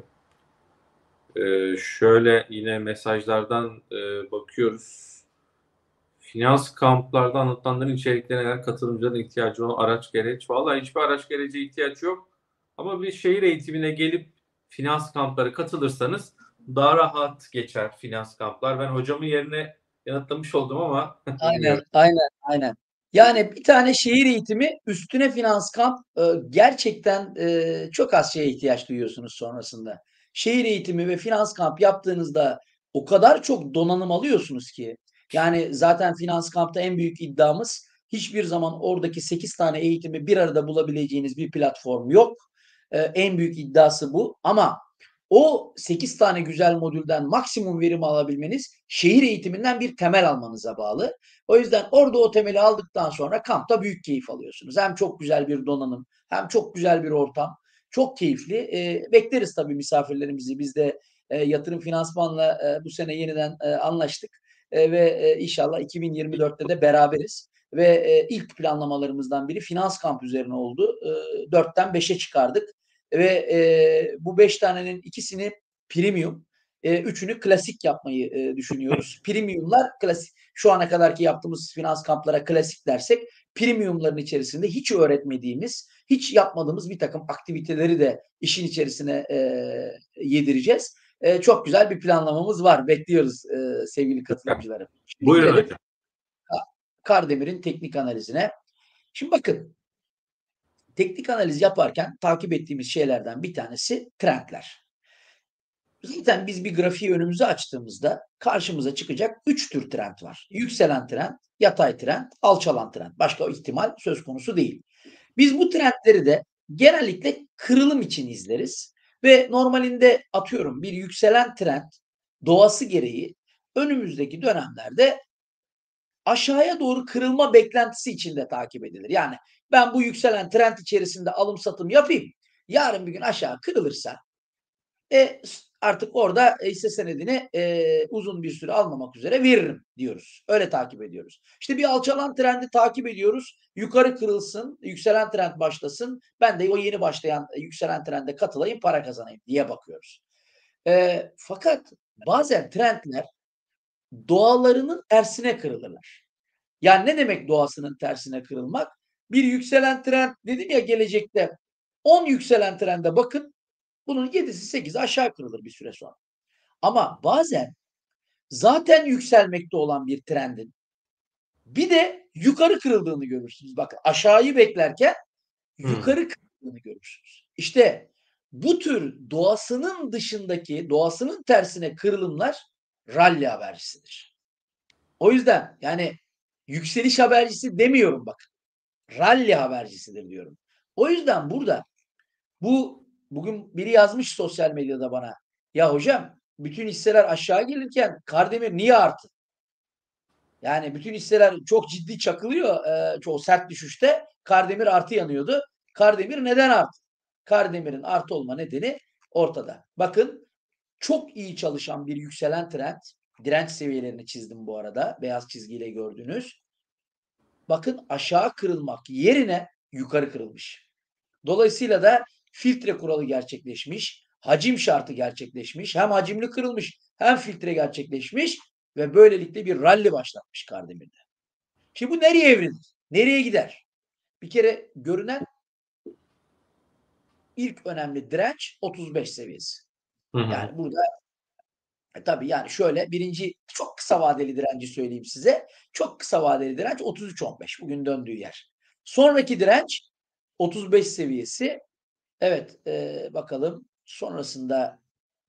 Eee, şöyle yine mesajlardan, eee, bakıyoruz. Finans kamplarda anlatılanların içeriklerine neler, katılımcıların ihtiyacı olan araç gereç. Valla hiçbir araç gerece ihtiyaç yok. Ama bir şehir eğitimine gelip finans kampları katılırsanız daha rahat geçer finans kamplar. Ben hocamın yerine yanıtlamış oldum ama Aynen, bilmiyorum. aynen, aynen. Yani bir tane şehir eğitimi üstüne finans kamp e, gerçekten e, çok az şeye ihtiyaç duyuyorsunuz sonrasında. Şehir eğitimi ve finans kamp yaptığınızda o kadar çok donanım alıyorsunuz ki. Yani zaten finans kampta en büyük iddiamız hiçbir zaman oradaki sekiz tane eğitimi bir arada bulabileceğiniz bir platform yok. E, en büyük iddiası bu. Ama o sekiz tane güzel modülden maksimum verim alabilmeniz şehir eğitiminden bir temel almanıza bağlı. O yüzden orada o temeli aldıktan sonra kampta büyük keyif alıyorsunuz. Hem çok güzel bir donanım, hem çok güzel bir ortam. Çok keyifli. E, bekleriz tabii misafirlerimizi. Biz de e, yatırım finansmanla e, bu sene yeniden e, anlaştık. E, ve e, inşallah iki bin yirmi dörtte de beraberiz. Ve e, ilk planlamalarımızdan biri finans kamp üzerine oldu. E, dörtten beşe çıkardık. Ve e, bu beş tanenin ikisini premium, e, üçünü klasik yapmayı e, düşünüyoruz. Premiumlar klasik, şu ana kadarki yaptığımız finans kamplara klasik dersek, premiumların içerisinde hiç öğretmediğimiz, hiç yapmadığımız bir takım aktiviteleri de işin içerisine e, yedireceğiz. E, çok güzel bir planlamamız var. Bekliyoruz e, sevgili katılımcıları. Şimdi Buyurun gelelim hocam. Kardemir'in teknik analizine. Şimdi bakın, teknik analiz yaparken takip ettiğimiz şeylerden bir tanesi trendler. Zaten biz bir grafiği önümüze açtığımızda karşımıza çıkacak üç tür trend var. Yükselen trend, yatay trend, alçalan trend. Başka ihtimal söz konusu değil. Biz bu trendleri de genellikle kırılım için izleriz ve normalinde atıyorum bir yükselen trend doğası gereği önümüzdeki dönemlerde aşağıya doğru kırılma beklentisi içinde takip edilir. Yani ben bu yükselen trend içerisinde alım satım yapayım. Yarın bir gün aşağı kırılırsa e, artık orada hisse senedini e, uzun bir süre almamak üzere veririm diyoruz. Öyle takip ediyoruz. İşte bir alçalan trendi takip ediyoruz. Yukarı kırılsın, yükselen trend başlasın. Ben de o yeni başlayan yükselen trende katılayım, para kazanayım diye bakıyoruz. E, fakat bazen trendler doğalarının tersine kırılırlar. Yani ne demek doğasının tersine kırılmak? Bir yükselen trend dedim ya, gelecekte on yükselen trende bakın, bunun yedisi sekizi aşağı kırılır bir süre sonra. Ama bazen zaten yükselmekte olan bir trendin bir de yukarı kırıldığını görürsünüz. Bakın, aşağıyı beklerken Hımm. yukarı kırıldığını görürsünüz. İşte bu tür doğasının dışındaki, doğasının tersine kırılımlar rally habercisidir. O yüzden yani yükseliş habercisi demiyorum bakın. Rally habercisidir diyorum. O yüzden burada bu bugün biri yazmış sosyal medyada bana. Ya hocam, bütün hisseler aşağı gelirken Kardemir niye arttı? Yani bütün hisseler çok ciddi çakılıyor. E, çok sert düşüşte. Kardemir artı yanıyordu. Kardemir neden arttı? Kardemir'in artı olma nedeni ortada. Bakın, çok iyi çalışan bir yükselen trend. Direnç seviyelerini çizdim bu arada. Beyaz çizgiyle gördüğünüz. Bakın, aşağı kırılmak yerine yukarı kırılmış. Dolayısıyla da filtre kuralı gerçekleşmiş, hacim şartı gerçekleşmiş, hem hacimli kırılmış hem filtre gerçekleşmiş ve böylelikle bir rally başlatmış Kardemir'de. Şimdi bu nereye evrilir? Nereye gider? Bir kere görünen ilk önemli direnç otuz beş seviyesi. Hı hı. Yani burada e, tabii yani şöyle, birinci çok kısa vadeli direnci söyleyeyim size. Çok kısa vadeli direnç otuz üç on beş, bugün döndüğü yer. Sonraki direnç otuz beş seviyesi. Evet, e, bakalım sonrasında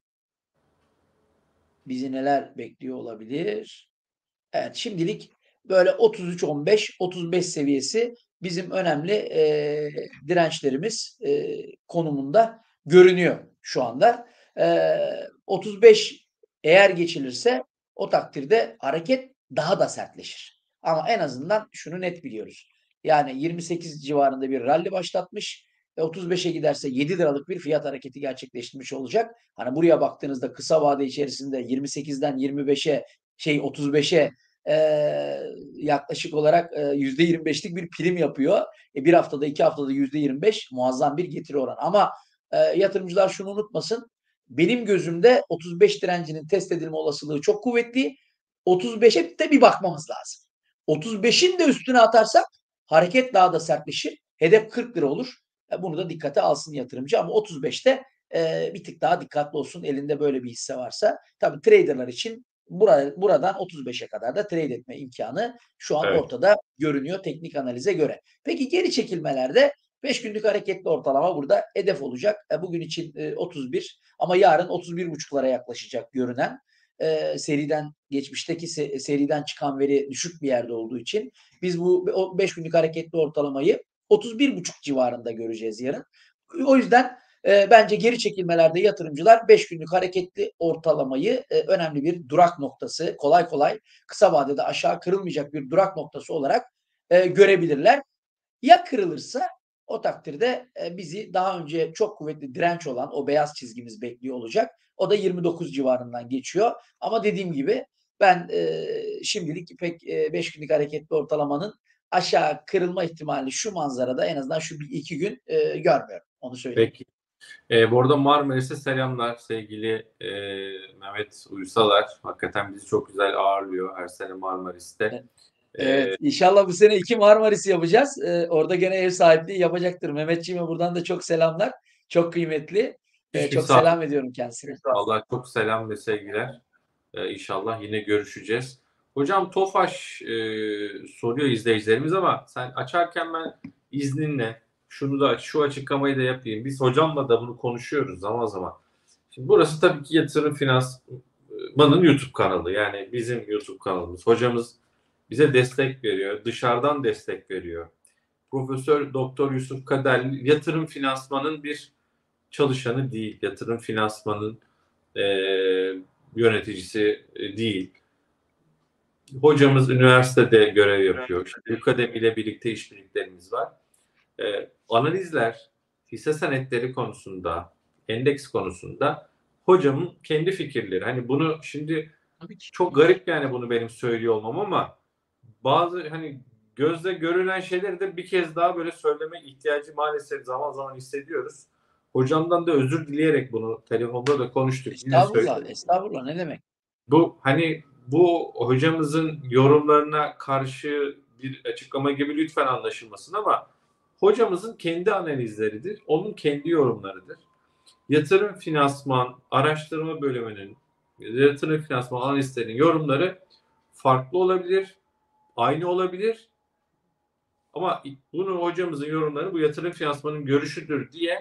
bizi neler bekliyor olabilir? Evet, şimdilik böyle otuz üç on beş, otuz beş seviyesi bizim önemli e, dirençlerimiz e, konumunda görünüyor şu anda. E, otuz beş eğer geçilirse O takdirde hareket daha da sertleşir. Ama en azından şunu net biliyoruz. Yani yirmi sekiz civarında bir rally başlatmış ve otuz beşe giderse yedi liralık bir fiyat hareketi gerçekleştirmiş olacak. Hani buraya baktığınızda kısa vade içerisinde yirmi sekizden yirmi beşe şey otuz beşe eee, yaklaşık olarak eee, yüzde yirmi beşlik bir prim yapıyor. E, bir haftada iki haftada yüzde yirmi beş muazzam bir getiri oranı. Ama e, yatırımcılar şunu unutmasın. Benim gözümde otuz beş direncinin test edilme olasılığı çok kuvvetli. otuz beşe de bir bakmamız lazım. otuz beşin de üstüne atarsak hareket daha da sertleşir. Hedef kırk lira olur. E, bunu da dikkate alsın yatırımcı ama otuz beşte e, bir tık daha dikkatli olsun elinde böyle bir hisse varsa. Tabii traderlar için bura, buradan otuz beşe kadar da trade etme imkanı şu an Evet. ortada görünüyor teknik analize göre. Peki geri çekilmelerde beş günlük hareketli ortalama burada hedef olacak. E, bugün için e, otuz bir ama yarın otuz bir buçuklara yaklaşacak görünen. E, seriden geçmişteki se- seriden çıkan veri düşük bir yerde olduğu için biz bu beş günlük hareketli ortalamayı otuz bir buçuk civarında göreceğiz yarın. O yüzden e, bence geri çekilmelerde yatırımcılar beş günlük hareketli ortalamayı e, önemli bir durak noktası, kolay kolay kısa vadede aşağı kırılmayacak bir durak noktası olarak e, görebilirler. Ya kırılırsa o takdirde e, bizi daha önce çok kuvvetli direnç olan o beyaz çizgimiz bekliyor olacak. O da yirmi dokuz civarından geçiyor. Ama dediğim gibi ben e, şimdilik pek e, beş günlük hareketli ortalamanın aşağı kırılma ihtimali şu manzarada en azından şu bir iki gün e, görmüyorum. Onu söyleyeyim. Peki. E, bu arada Marmaris'e selamlar sevgili e, Mehmet Uysalar. Hakikaten bizi çok güzel ağırlıyor her sene Marmaris'te. Evet, E, inşallah bu sene iki Marmaris yapacağız. Ee, orada gene ev sahipliği yapacaktır. Mehmetciğime buradan da çok selamlar. Çok kıymetli. Ee, Müthiş çok misafir. selam ediyorum kendisine. Allah çok selam ve sevgiler. E, inşallah yine görüşeceğiz. Hocam Tofaş e, soruyor izleyicilerimiz ama sen açarken ben izninle şunu da şu açıklamayı da yapayım. Biz hocamla da bunu konuşuyoruz zaman zaman. Şimdi burası tabii ki yatırım finansmanın YouTube kanalı. Yani bizim YouTube kanalımız. Hocamız bize destek veriyor. Dışarıdan destek veriyor. Profesör Doktor Yusuf Kaderli yatırım finansmanın bir çalışanı değil. Yatırım finansmanın e, yöneticisi e, değil. Hocamız üniversitede görev yapıyor. İşte Ukademi ile birlikte işbirliklerimiz var. E, analizler, hisse senetleri konusunda, endeks konusunda hocamın kendi fikirleri. Hani bunu şimdi Tabii ki. çok garip yani bunu benim söylüyor olmam ama bazı hani gözle görülen şeyleri de bir kez daha böyle söyleme ihtiyacı maalesef zaman zaman hissediyoruz. Hocamdan da özür dileyerek bunu telefonda da konuştuk. Yine Estağfurullah, söyledim. estağfurullah ne demek? Bu hani bu hocamızın yorumlarına karşı bir açıklama gibi lütfen anlaşılmasın ama hocamızın kendi analizleridir. Onun kendi yorumlarıdır. Yatırım finansman araştırma bölümünün yatırım finansman analistlerinin yorumları farklı olabilir, aynı olabilir. Ama bunu hocamızın yorumları bu yatırım finansmanın görüşüdür diye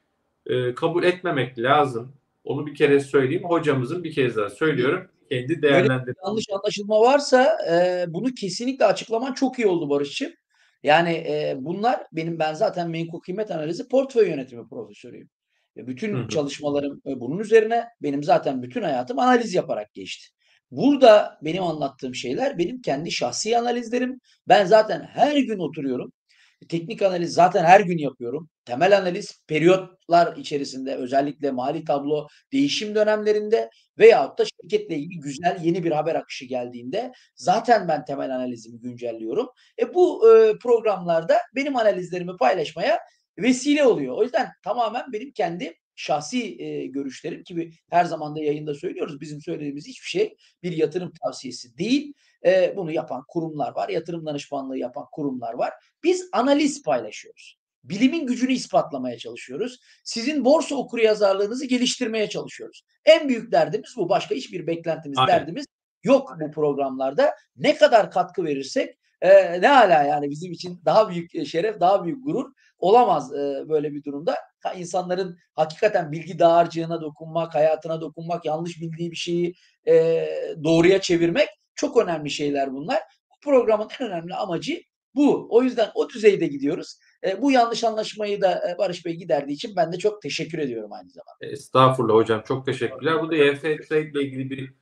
e, kabul etmemek lazım. Onu bir kere söyleyeyim. Hocamızın bir kez daha söylüyorum. Kendi Böyle bir değerlendirmesi. yanlış anlaşılma varsa e, bunu kesinlikle açıklaman çok iyi oldu Barış'cığım. Yani e, bunlar benim ben zaten menkul kıymet analizi portföy yönetimi profesörüyüm. Ve Hı bütün hı. çalışmalarım e, bunun üzerine benim zaten bütün hayatım analiz yaparak geçti. Burada benim anlattığım şeyler benim kendi şahsi analizlerim. Ben zaten her gün oturuyorum. Teknik analiz zaten her gün yapıyorum. Temel analiz periyotlar içerisinde özellikle mali tablo değişim dönemlerinde veyahut da şirketle ilgili güzel yeni bir haber akışı geldiğinde zaten ben temel analizimi güncelliyorum. E bu e, programlarda benim analizlerimi paylaşmaya vesile oluyor. O yüzden tamamen benim kendi şahsi e, görüşlerim gibi her zaman da yayında söylüyoruz. Bizim söylediğimiz hiçbir şey bir yatırım tavsiyesi değil. E, bunu yapan kurumlar var. Yatırım danışmanlığı yapan kurumlar var. Biz analiz paylaşıyoruz. Bilimin gücünü ispatlamaya çalışıyoruz. Sizin borsa okuryazarlığınızı geliştirmeye çalışıyoruz. En büyük derdimiz bu. Başka hiçbir beklentimiz, Aynen. derdimiz yok bu programlarda. Ne kadar katkı verirsek e, ne hala yani bizim için daha büyük şeref, daha büyük gurur olamaz e, böyle bir durumda. Ha, insanların hakikaten bilgi dağarcığına dokunmak, hayatına dokunmak, yanlış bildiği bir şeyi e, doğruya çevirmek çok önemli şeyler bunlar. Bu programın en önemli amacı bu. O yüzden o düzeyde gidiyoruz. E, bu yanlış anlaşmayı da e, Barış Bey giderdiği için ben de çok teşekkür ediyorum aynı zamanda. Estağfurullah hocam. Çok teşekkürler. Bu da E F Trade ile ilgili bir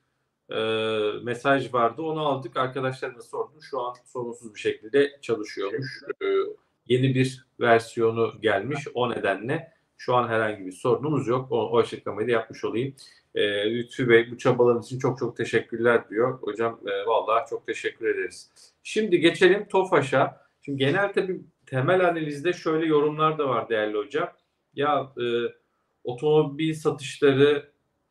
eee, mesaj vardı. Onu aldık. Arkadaşlarına sordum. Şu an sorunsuz bir şekilde çalışıyormuş. Eee, yeni bir versiyonu gelmiş. O nedenle şu an herhangi bir sorunumuz yok. O, o açıklamayı da yapmış olayım. Eee, Lütfü Bey bu çabalarınız için çok çok teşekkürler diyor. Hocam e, vallahi çok teşekkür ederiz. Şimdi geçelim TOFAŞ'a. Şimdi genel tabii temel analizde şöyle yorumlar da var değerli hocam. Ya e, otomobil satışları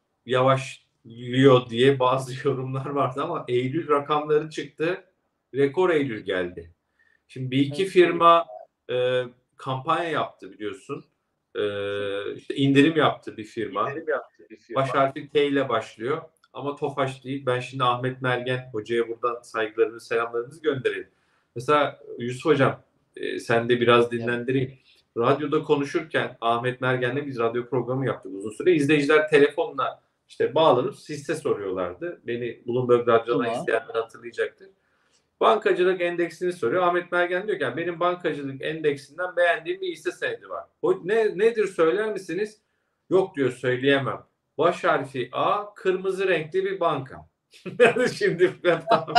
yavaşlıyor diye bazı yorumlar vardı ama Eylül rakamları çıktı. Rekor Eylül geldi. Şimdi bir iki firma e, kampanya yaptı biliyorsun. E, işte indirim yaptı bir firma. Baş harfi T ile başlıyor. Ama TOFAŞ değil. Ben şimdi Ahmet Mergen hocaya buradan saygılarımızı, selamlarımızı gönderelim. Mesela Yusuf Hocam, e, sen de biraz Evet. dinlendireyim. Radyoda konuşurken Ahmet Mergen'le biz radyo programı yaptık uzun süre. İzleyiciler telefonla işte bağlanıp hisse soruyorlardı. Beni Bloomberg Radyo'dan Tamam. izleyenler hatırlayacaktır. Bankacılık endeksini soruyor. Ahmet Mergen diyor ki yani benim bankacılık endeksinden beğendiğim bir hisse senedi var. O ne nedir söyler misiniz? Yok diyor söyleyemem. Baş harfi A, kırmızı renkli bir banka. Şimdi ben tamam.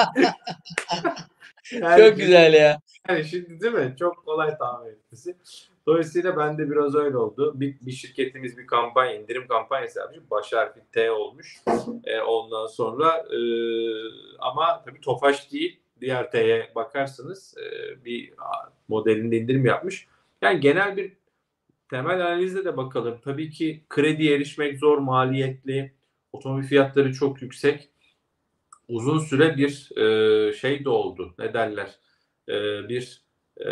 Yani, Çok güzel ya. yani şimdi değil mi? Çok kolay tahmin etmesi. Dolayısıyla ben de biraz öyle oldu. Bir, bir şirketimiz bir kampanya, indirim kampanyası yapmış. Baş harfi T olmuş. E, ondan sonra e, ama tabii Tofaş değil. Diğer T'ye bakarsanız e, bir modelinde indirim yapmış. Yani genel bir temel analizde de bakalım. Tabii ki krediye erişmek zor, maliyetli. Otomobil fiyatları çok yüksek. Uzun süre bir e, şey de oldu. Ne derler? E, bir e,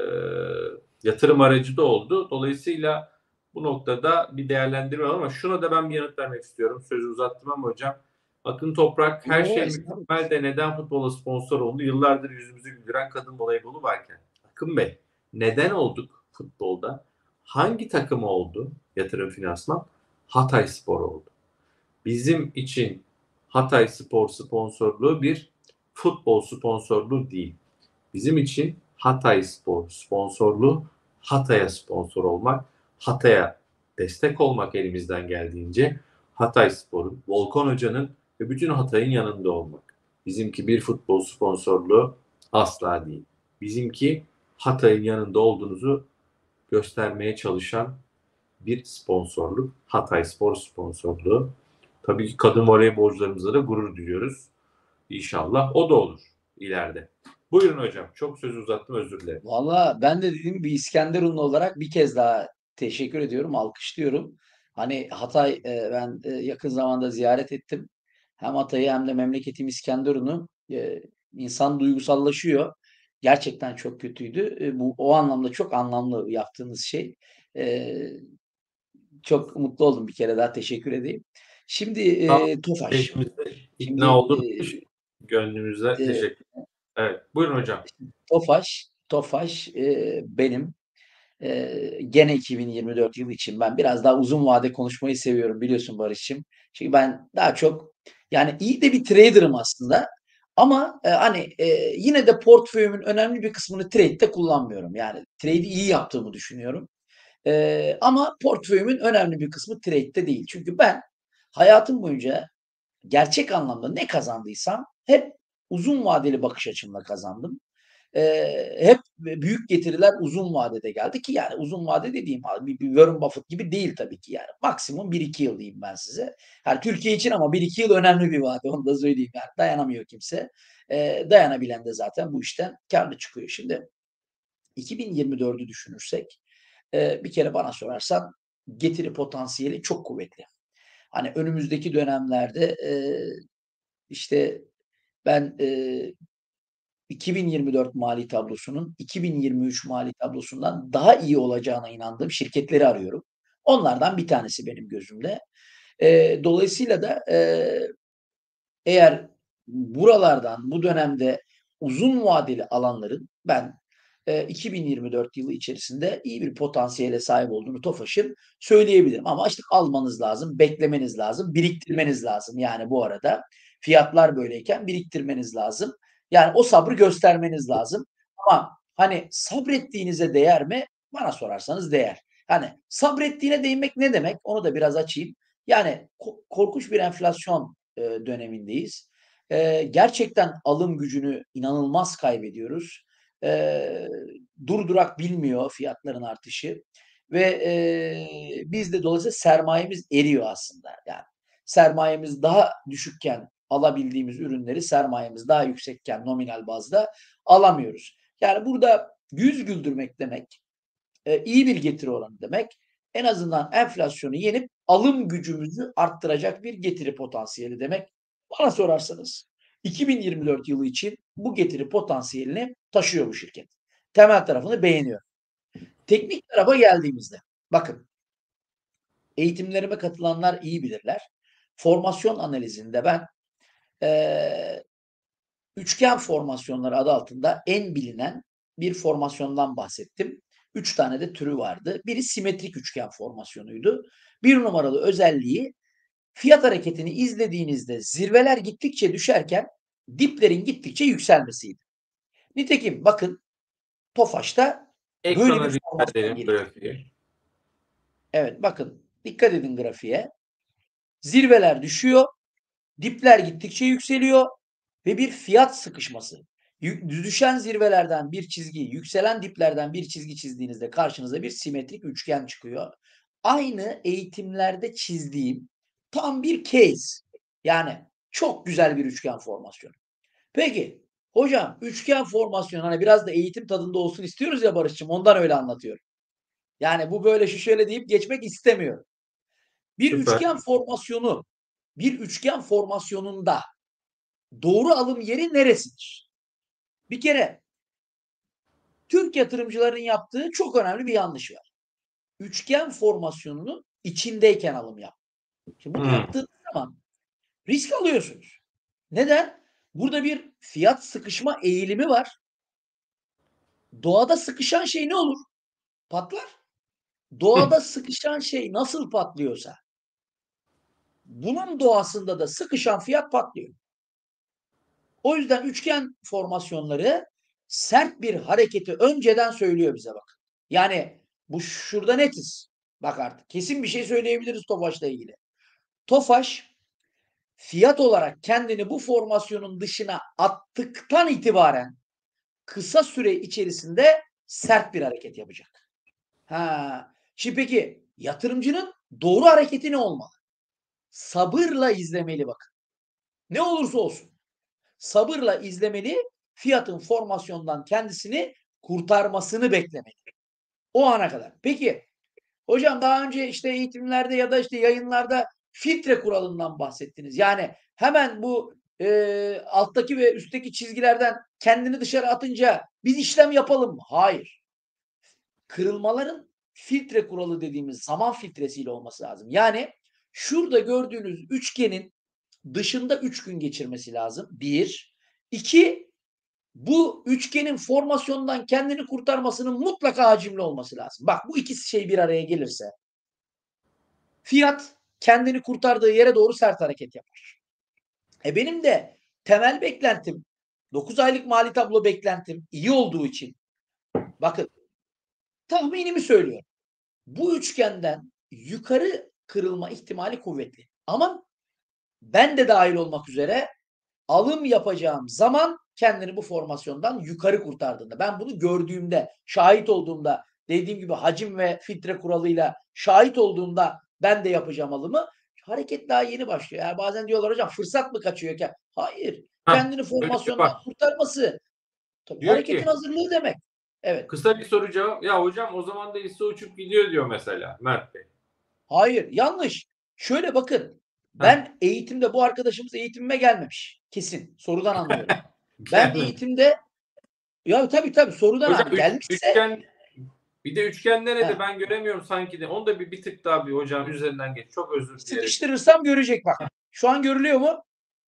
yatırım aracı da oldu. Dolayısıyla bu noktada bir değerlendirme var ama şuna da ben bir yanıt vermek istiyorum. Sözü uzattım ama hocam. Akın Toprak her Yo, şey estağfurullah. mükemmel de neden futbola sponsor oldu? Yıllardır yüzümüzü güldüren kadın voleybolu varken. Akın Bey, neden olduk futbolda? Hangi takımı oldu yatırım finansman? Hatayspor oldu. Bizim için Hatayspor sponsorluğu bir futbol sponsorluğu değil. Bizim için Hatayspor sponsorluğu Hatay'a sponsor olmak, Hatay'a destek olmak elimizden geldiğince Hatayspor'un, Volkan Hoca'nın ve bütün Hatay'ın yanında olmak. Bizimki bir futbol sponsorluğu asla değil. Bizimki Hatay'ın yanında olduğunuzu göstermeye çalışan bir sponsorluk. Hatayspor sponsorluğu. Tabii ki kadın voleybolcularımıza da gurur duyuyoruz. İnşallah o da olur ileride. Buyurun hocam. Çok söz uzattım özür dilerim. Valla ben de dediğim gibi İskenderunlu olarak bir kez daha teşekkür ediyorum, alkışlıyorum. Hani Hatay, eee, ben, eee, yakın zamanda ziyaret ettim. Hem Hatay'ı hem de memleketim İskenderun'u. Eee, insan duygusallaşıyor. Gerçekten çok kötüydü. Eee, bu o anlamda çok anlamlı yaptığınız şey. Eee, çok mutlu oldum. Bir kere daha teşekkür edeyim. Şimdi, Sağ eee, olun. TOFAŞ. Keyfimizde ikna Şimdi, oldunuz. eee, Gönlünüze eee, teşekkür. Evet. Buyurun hocam. TOFAŞ TOFAŞ, eee, benim Eee, gene iki bin yirmi dört yılı için ben biraz daha uzun vade konuşmayı seviyorum biliyorsun Barış'cığım. Çünkü ben daha çok yani iyi de bir trader'ım aslında ama, eee, hani, eee, yine de portföyümün önemli bir kısmını trade'de kullanmıyorum. Yani trade'i iyi yaptığımı düşünüyorum. Eee, ama portföyümün önemli bir kısmı trade'de değil. Çünkü ben hayatım boyunca gerçek anlamda ne kazandıysam hep uzun vadeli bakış açımla kazandım. Eee, hep büyük getiriler uzun vadede geldi ki yani uzun vade dediğim bir bir Warren Buffett gibi değil tabii ki yani. Maksimum bir iki yıl diyeyim ben size. Yani Türkiye için ama bir iki yıl önemli bir vade onu da söyleyeyim yani. Dayanamıyor kimse. Eee, dayanabilen de zaten bu işten kârlı çıkıyor. Şimdi iki bin yirmi dördü düşünürsek, eee, bir kere bana sorarsan getiri potansiyeli çok kuvvetli. Hani önümüzdeki dönemlerde, eee, işte ben, eee iki bin yirmi dört mali tablosunun iki bin yirmi üç mali tablosundan daha iyi olacağına inandığım şirketleri arıyorum. Onlardan bir tanesi benim gözümde. Eee, dolayısıyla da, eee, eğer buralardan, bu dönemde uzun vadeli alanların ben, eee, iki bin yirmi dört yılı içerisinde iyi bir potansiyele sahip olduğunu TOFAŞ'ın söyleyebilirim. Ama işte almanız lazım, beklemeniz lazım, biriktirmeniz lazım. Yani bu arada fiyatlar böyleyken biriktirmeniz lazım. Yani o sabrı göstermeniz lazım. Ama hani sabrettiğinize değer mi? Bana sorarsanız değer. Hani sabrettiğine değmek ne demek? Onu da biraz açayım. Yani ko korkunç bir enflasyon e, dönemindeyiz. E, gerçekten alım gücünü inanılmaz kaybediyoruz. E, durdurak bilmiyor fiyatların artışı ve e, biz de dolayısıyla sermayemiz eriyor aslında. Yani sermayemiz daha düşükken alabildiğimiz ürünleri sermayemiz daha yüksekken nominal bazda alamıyoruz. Yani burada yüz güldürmek demek, e, iyi bir getiri oranı demek. En azından enflasyonu yenip alım gücümüzü arttıracak bir getiri potansiyeli demek. Bana sorarsanız iki bin yirmi dört yılı için bu getiri potansiyelini taşıyor bu şirket. Temel tarafını beğeniyorum. Teknik tarafa geldiğimizde bakın eğitimlerime katılanlar iyi bilirler. Formasyon analizinde ben e, üçgen formasyonları adı altında en bilinen bir formasyondan bahsettim. Üç tane de türü vardı. Biri simetrik üçgen formasyonuydu. Bir numaralı özelliği fiyat hareketini izlediğinizde zirveler gittikçe düşerken diplerin gittikçe yükselmesiydi. Nitekim bakın Tofaş'ta böyle Ekrana bir dikkat formasyon edelim gelişti. grafiği. Evet bakın dikkat edin grafiğe. Zirveler düşüyor, dipler gittikçe yükseliyor ve bir fiyat sıkışması. Düşen zirvelerden bir çizgi, yükselen diplerden bir çizgi çizdiğinizde karşınıza bir simetrik üçgen çıkıyor. Aynı eğitimlerde çizdiğim tam bir case. Yani çok güzel bir üçgen formasyonu. Peki hocam üçgen formasyon hani biraz da eğitim tadında olsun istiyoruz ya Barış'cığım ondan öyle anlatıyorum. Yani bu böyle şu şöyle deyip geçmek istemiyorum. Bir Süper. üçgen formasyonu bir üçgen formasyonunda doğru alım yeri neresidir? Bir kere Türk yatırımcıların yaptığı çok önemli bir yanlış var. Üçgen formasyonunun içindeyken alım yap. Şimdi bunu Hmm. yaptığınız zaman risk alıyorsunuz. Neden? Burada bir fiyat sıkışma eğilimi var. Doğada sıkışan şey ne olur? Patlar. Doğada sıkışan şey nasıl patlıyorsa bunun doğasında da sıkışan fiyat patlıyor. O yüzden üçgen formasyonları sert bir hareketi önceden söylüyor bize bak. Yani bu şurada netiz. Bak artık kesin bir şey söyleyebiliriz Tofaş'la ilgili. Tofaş fiyat olarak kendini bu formasyonun dışına attıktan itibaren kısa süre içerisinde sert bir hareket yapacak. Ha. Şimdi peki yatırımcının doğru hareketi ne olmalı? Sabırla izlemeli bakın. Ne olursa olsun. Sabırla izlemeli, fiyatın formasyondan kendisini kurtarmasını beklemeli. O ana kadar. Peki hocam daha önce işte eğitimlerde ya da işte yayınlarda filtre kuralından bahsettiniz. Yani hemen bu e, alttaki ve üstteki çizgilerden kendini dışarı atınca biz işlem yapalım mı? Hayır. Kırılmaların filtre kuralı dediğimiz zaman filtresiyle olması lazım. Yani şurada gördüğünüz üçgenin dışında üç gün geçirmesi lazım. Bir. İki, bu üçgenin formasyondan kendini kurtarmasının mutlaka hacimli olması lazım. Bak bu ikisi şey bir araya gelirse fiyat kendini kurtardığı yere doğru sert hareket yapar. E benim de temel beklentim dokuz aylık mali tablo beklentim iyi olduğu için bakın tahminimi söylüyorum. Bu üçgenden yukarı kırılma ihtimali kuvvetli. Ama ben de dahil olmak üzere alım yapacağım zaman kendini bu formasyondan yukarı kurtardığında ben bunu gördüğümde şahit olduğumda dediğim gibi hacim ve filtre kuralıyla şahit olduğumda ben de yapacağım alımı. Hareket daha yeni başlıyor. Yani bazen diyorlar hocam fırsat mı kaçıyor ki? Hayır. Heh, Kendini öyle bir formasyondan bak. kurtarması. Tabii Diyor hareketin ki hazırlığı demek. Evet. kısa bir soru cevap. Ya hocam o zaman da hisse uçup gidiyor diyor mesela Mert Bey. Hayır. Yanlış. Şöyle bakın. Heh. Ben eğitimde bu arkadaşımız eğitimime gelmemiş. Kesin. Sorudan anlıyorum. Ben Gelmedi. eğitimde ya tabii tabii sorudan Hocam hani üç, gelmişse üçgen bir de üçgen nerede he, ben göremiyorum sanki de. Onu da bir, bir tık daha bir hocam üzerinden geç. Çok özür dileyerek. sıkıştırırsam görecek bak. Şu an görülüyor mu?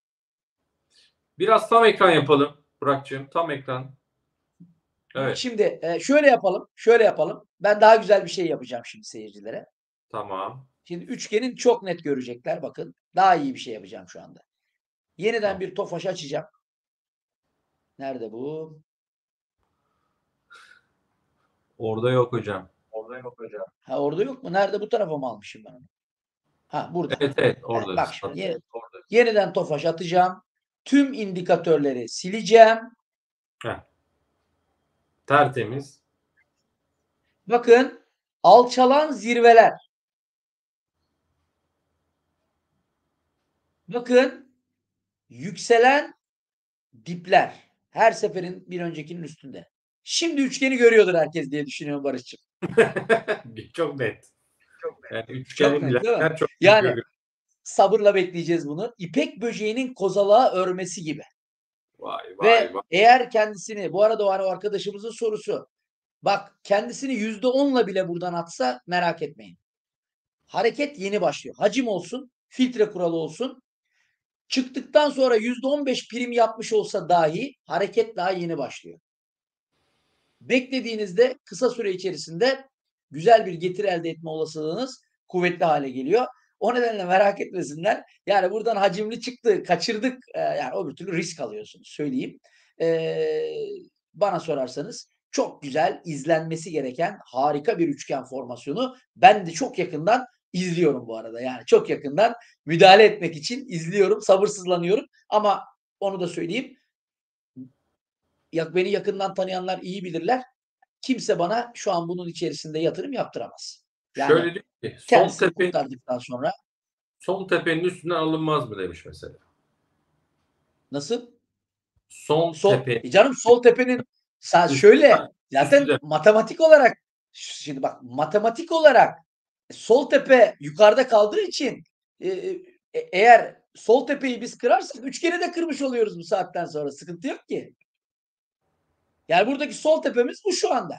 Biraz tam ekran yapalım Burak'cığım. Tam ekran. Bak Evet. şimdi e, şöyle yapalım. Şöyle yapalım. Ben daha güzel bir şey yapacağım şimdi seyircilere. Tamam. Şimdi üçgenin çok net görecekler bakın. Daha iyi bir şey yapacağım şu anda. Yeniden Tamam. bir Tofaş açacağım. Nerede bu? Orada yok hocam. Orada yok hocam. Ha orada yok mu? Nerede? Bu tarafa mı almışım ben onu? Ha burada. Evet evet He, bak orada. şimdi yeni, Yeniden Tofaş atacağım. Tüm indikatörleri sileceğim. Heh. Tertemiz. Bakın, alçalan zirveler. Bakın, yükselen dipler. Her seferin bir öncekinin üstünde. Şimdi üçgeni görüyordur herkes diye düşünüyorum Barış'cığım. Çok net. Çok net. Yani Çok üçgeni net değil mi? bilenler çok iyi Yani görüyor. sabırla bekleyeceğiz bunu. İpek böceğinin kozalağı örmesi gibi. Vay vay Ve vay. eğer kendisini, bu arada o hani o arkadaşımızın sorusu, bak kendisini yüzde onla bile buradan atsa merak etmeyin. Hareket yeni başlıyor. Hacim olsun, filtre kuralı olsun. Çıktıktan sonra yüzde on beş prim yapmış olsa dahi hareket daha yeni başlıyor. Beklediğinizde kısa süre içerisinde güzel bir getiri elde etme olasılığınız kuvvetli hale geliyor. O nedenle merak etmesinler. Yani buradan hacimli çıktı, kaçırdık. Ee, yani öbür türlü risk alıyorsunuz söyleyeyim. Ee, bana sorarsanız çok güzel izlenmesi gereken harika bir üçgen formasyonu. Ben de çok yakından izliyorum bu arada. Yani çok yakından müdahale etmek için izliyorum, sabırsızlanıyorum. Ama onu da söyleyeyim. Beni yakından tanıyanlar iyi bilirler. Kimse bana şu an bunun içerisinde yatırım yaptıramaz. Yani Şöyle diyor ki sol kendisini tepe kurtardıktan sonra sol tepenin üstünden alınmaz mı demiş mesela. nasıl? Son Sol, tepe e canım sol tepenin şöyle üstü, üstü zaten de matematik olarak şimdi bak matematik olarak sol tepe yukarıda kaldığı için e, e, eğer sol tepeyi biz kırarsak üçgeni de kırmış oluyoruz bu saatten sonra. Sıkıntı yok ki. Yani buradaki sol tepemiz bu şu anda.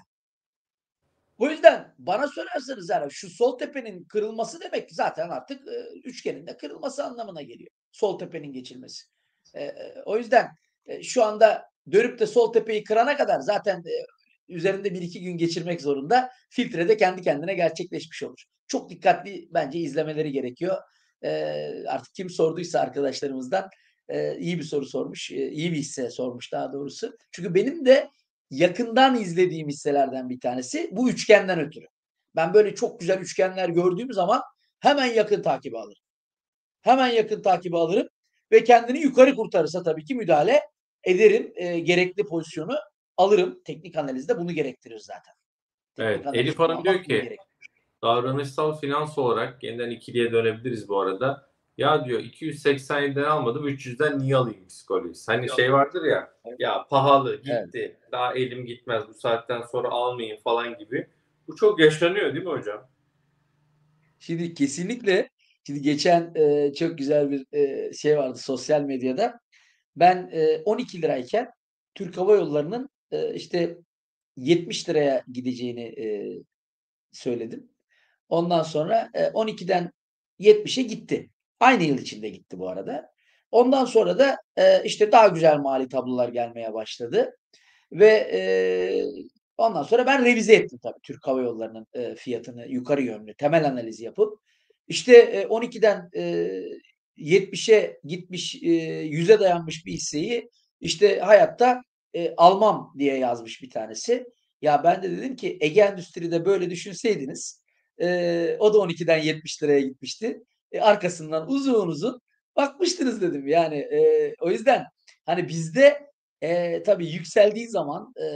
O yüzden bana sorarsanız yani şu sol tepenin kırılması demek zaten artık e, üçgenin de kırılması anlamına geliyor. Sol tepenin geçilmesi. E, e, o yüzden e, şu anda dönüp de sol tepeyi kırana kadar zaten e, üzerinde bir iki gün geçirmek zorunda. Filtre de kendi kendine gerçekleşmiş olur. Çok dikkatli bence izlemeleri gerekiyor. E, artık kim sorduysa arkadaşlarımızdan e, iyi bir soru sormuş. E, iyi bir hisse sormuş daha doğrusu. Çünkü benim de yakından izlediğim hisselerden bir tanesi bu üçgenden ötürü. Ben böyle çok güzel üçgenler gördüğüm zaman hemen yakın takibi alırım. Hemen yakın takibi alırım ve kendini yukarı kurtarırsa tabii ki müdahale ederim. E, gerekli pozisyonu alırım. Teknik analizde bunu gerektirir zaten. Teknik evet. analiz Elif Hanım diyor kullanmak bunu ki gerektirir. davranışsal finans olarak yeniden ikiliye dönebiliriz bu arada. Ya diyor iki yüz seksen yediden almadım üç yüzden niye alayım psikolojisi. Hani şey vardır ya ya pahalı Evet. gitti daha elim gitmez bu saatten sonra almayayım falan gibi. Bu çok yaşanıyor değil mi hocam? Şimdi kesinlikle şimdi geçen e, çok güzel bir e, şey vardı sosyal medyada. Ben e, on iki lirayken Türk Hava Yolları'nın e, işte yetmiş liraya gideceğini e, söyledim. Ondan sonra e, on ikiden yetmişe gitti. Aynı yıl içinde gitti bu arada. Ondan sonra da e, işte daha güzel mali tablolar gelmeye başladı. Ve e, ondan sonra ben revize ettim tabii Türk Hava Yolları'nın e, fiyatını yukarı yönlü temel analiz yapıp işte e, on ikiden e, yetmişe gitmiş e, yüze dayanmış bir hisseyi işte hayatta e, almam diye yazmış bir tanesi. Ya ben de dedim ki Ege Endüstri'de böyle düşünseydiniz e, o da on ikiden yetmiş liraya gitmişti. E, arkasından uzun uzun bakmıştınız dedim. Yani e, o yüzden hani bizde e, tabii yükseldiği zaman e,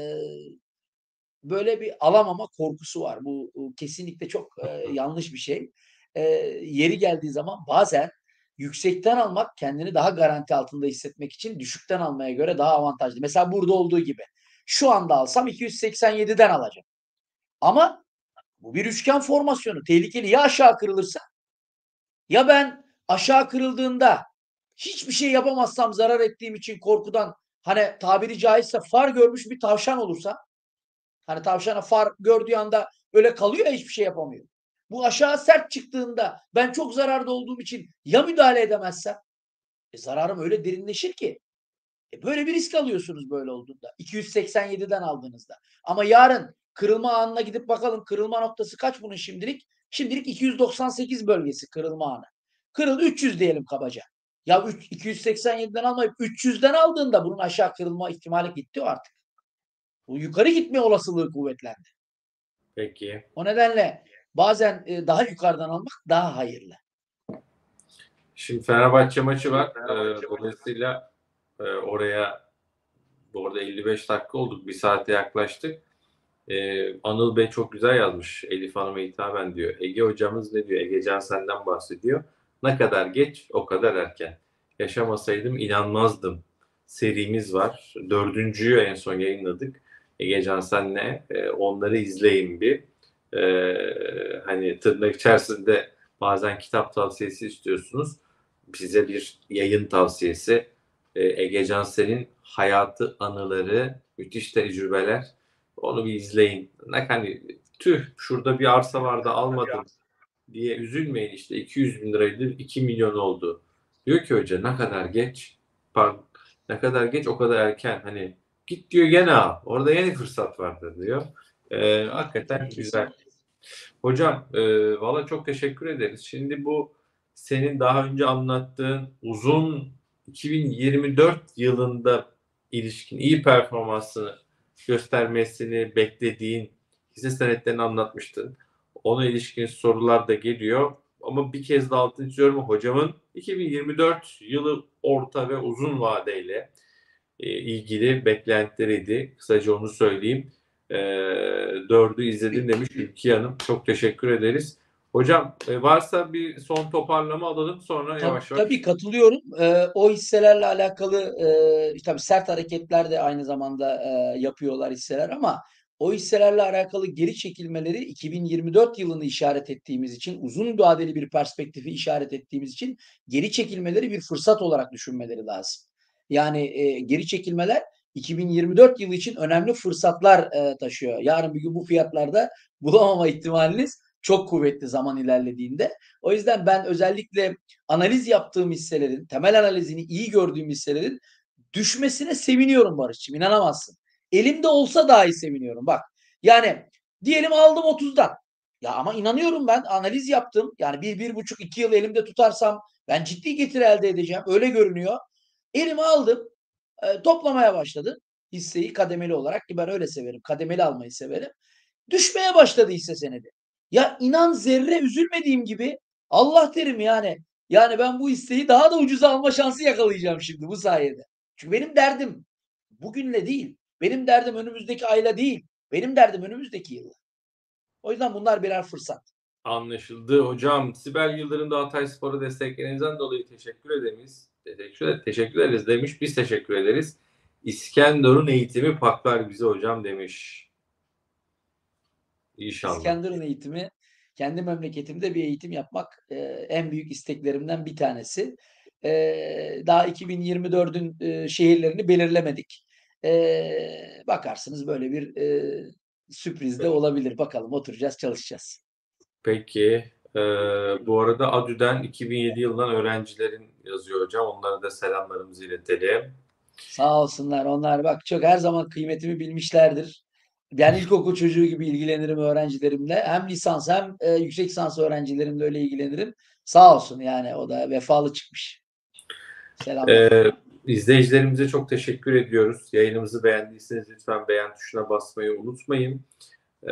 böyle bir alamama korkusu var. Bu, bu kesinlikle çok e, yanlış bir şey. E, yeri geldiği zaman bazen yüksekten almak kendini daha garanti altında hissetmek için düşükten almaya göre daha avantajlı. Mesela burada olduğu gibi. Şu anda alsam iki yüz seksen yediden alacağım. Ama bu bir üçgen formasyonu. Tehlikeli. Ya aşağı kırılırsa ya ben aşağı kırıldığında hiçbir şey yapamazsam zarar ettiğim için korkudan hani tabiri caizse far görmüş bir tavşan olursa hani tavşana far gördüğü anda öyle kalıyor ya hiçbir şey yapamıyor. Bu aşağı sert çıktığında ben çok zararda olduğum için ya müdahale edemezsem e, zararım öyle derinleşir ki e, böyle bir risk alıyorsunuz böyle olduğunda. iki yüz seksen yediden aldığınızda. Ama yarın kırılma anına gidip bakalım kırılma noktası kaç bunun şimdilik? Şimdilik iki yüz doksan sekiz bölgesi kırılma anı. Kırıl üç yüz diyelim kabaca. Ya iki yüz seksen yediden almayıp üç yüzden aldığında bunun aşağı kırılma ihtimali gitti artık. Bu yukarı gitme olasılığı kuvvetlendi. Peki. O nedenle bazen e, daha yukarıdan almak daha hayırlı. Şimdi Fenerbahçe maçı var. Ee, dolayısıyla e, oraya bu arada elli beş dakika olduk. Bir saate yaklaştık. Ee, Anıl Bey çok güzel yazmış. Elif Hanım'a hitaben diyor. Ege hocamız ne diyor? Ege Can senden bahsediyor. Ne kadar geç o kadar erken. Yaşamasaydım inanmazdım. Serimiz var. Dördüncüyü en son yayınladık. Ege Can senle. Ee, onları izleyin bir. Ee, hani tırnak içerisinde bazen kitap tavsiyesi istiyorsunuz. Bize bir yayın tavsiyesi. Ee, Ege Cansel'in hayatı, anıları, müthiş tecrübeler. Onu bir izleyin. Ne hani tüh şurada bir arsa vardı almadım diye üzülmeyin, işte iki yüz bin liraydı iki milyon oldu. Diyor ki hoca ne kadar geç, pardon, ne kadar geç o kadar erken, hani git diyor gene al. Orada yeni fırsat vardır diyor. Ee, hakikaten güzel. Hocam e, valla çok teşekkür ederiz. Şimdi bu senin daha önce anlattığın uzun iki bin yirmi dört yılında ilişkin iyi performansını göstermesini beklediğin hisse senetlerini anlatmıştın. Ona ilişkin sorular da geliyor. Ama bir kez daha altını çiziyorum. Hocamın iki bin yirmi dört yılı orta ve uzun vadeyle e, ilgili beklentileriydi. Kısaca onu söyleyeyim. E, dördü izledim demiş Ülkiye Hanım. Çok teşekkür ederiz. Hocam e, varsa bir son toparlama alalım sonra Tab yavaş yavaş. tabii katılıyorum. Eee, o hisselerle alakalı eee, tabii sert hareketler de aynı zamanda eee, yapıyorlar hisseler ama o hisselerle alakalı geri çekilmeleri iki bin yirmi dört yılını işaret ettiğimiz için, uzun vadeli bir perspektifi işaret ettiğimiz için geri çekilmeleri bir fırsat olarak düşünmeleri lazım. Yani eee, geri çekilmeler iki bin yirmi dört yılı için önemli fırsatlar eee, taşıyor. Yarın bir gün bu fiyatlarda bulamama ihtimaliniz çok kuvvetli zaman ilerlediğinde. O yüzden ben özellikle analiz yaptığım hisselerin, temel analizini iyi gördüğüm hisselerin düşmesine seviniyorum Barış'cığım. İnanamazsın. Elimde olsa dahi seviniyorum. Bak yani diyelim aldım otuzdan. Ya ama inanıyorum ben analiz yaptım. Yani bir, bir buçuk, iki yıl elimde tutarsam ben ciddi getiri elde edeceğim. Öyle görünüyor. Elime aldım. E, toplamaya başladı. Hisseyi kademeli olarak ki ben öyle severim. Kademeli almayı severim. Düşmeye başladı hisse senedi. Ya inan zerre üzülmediğim gibi Allah derim yani. Yani ben bu hisseyi daha da ucuza alma şansı yakalayacağım şimdi bu sayede. Çünkü benim derdim bugünle değil. Benim derdim önümüzdeki ayla değil. Benim derdim önümüzdeki yılla. O yüzden bunlar birer fırsat. Anlaşıldı hocam. Sibel Yıldırım da Hatayspor'u desteklerinizden dolayı teşekkür ederiz. Teşekkür, teşekkür ederiz demiş. Biz teşekkür ederiz. İskenderun eğitimi paklar bize hocam demiş. İnşallah. İskenderun eğitimi kendi memleketimde bir eğitim yapmak e, en büyük isteklerimden bir tanesi. E, daha iki bin yirmi dördün e, şehirlerini belirlemedik. E, bakarsınız böyle bir e, sürpriz de olabilir. Bakalım oturacağız, çalışacağız. Peki. Ee, bu arada ADÜ'den iki bin yedi yılından öğrencilerin yazıyor hocam. Onlara da selamlarımızı iletelim. Sağ olsunlar. Onlar bak çok her zaman kıymetimi bilmişlerdir. Ben ilkokul çocuğu gibi ilgilenirim öğrencilerimle. Hem lisans hem e, yüksek lisans öğrencilerimle öyle ilgilenirim. Sağ olsun yani o da vefalı çıkmış. Selamlar. Ee, izleyicilerimize çok teşekkür ediyoruz. Yayınımızı beğendiyseniz lütfen beğen tuşuna basmayı unutmayın. Ee,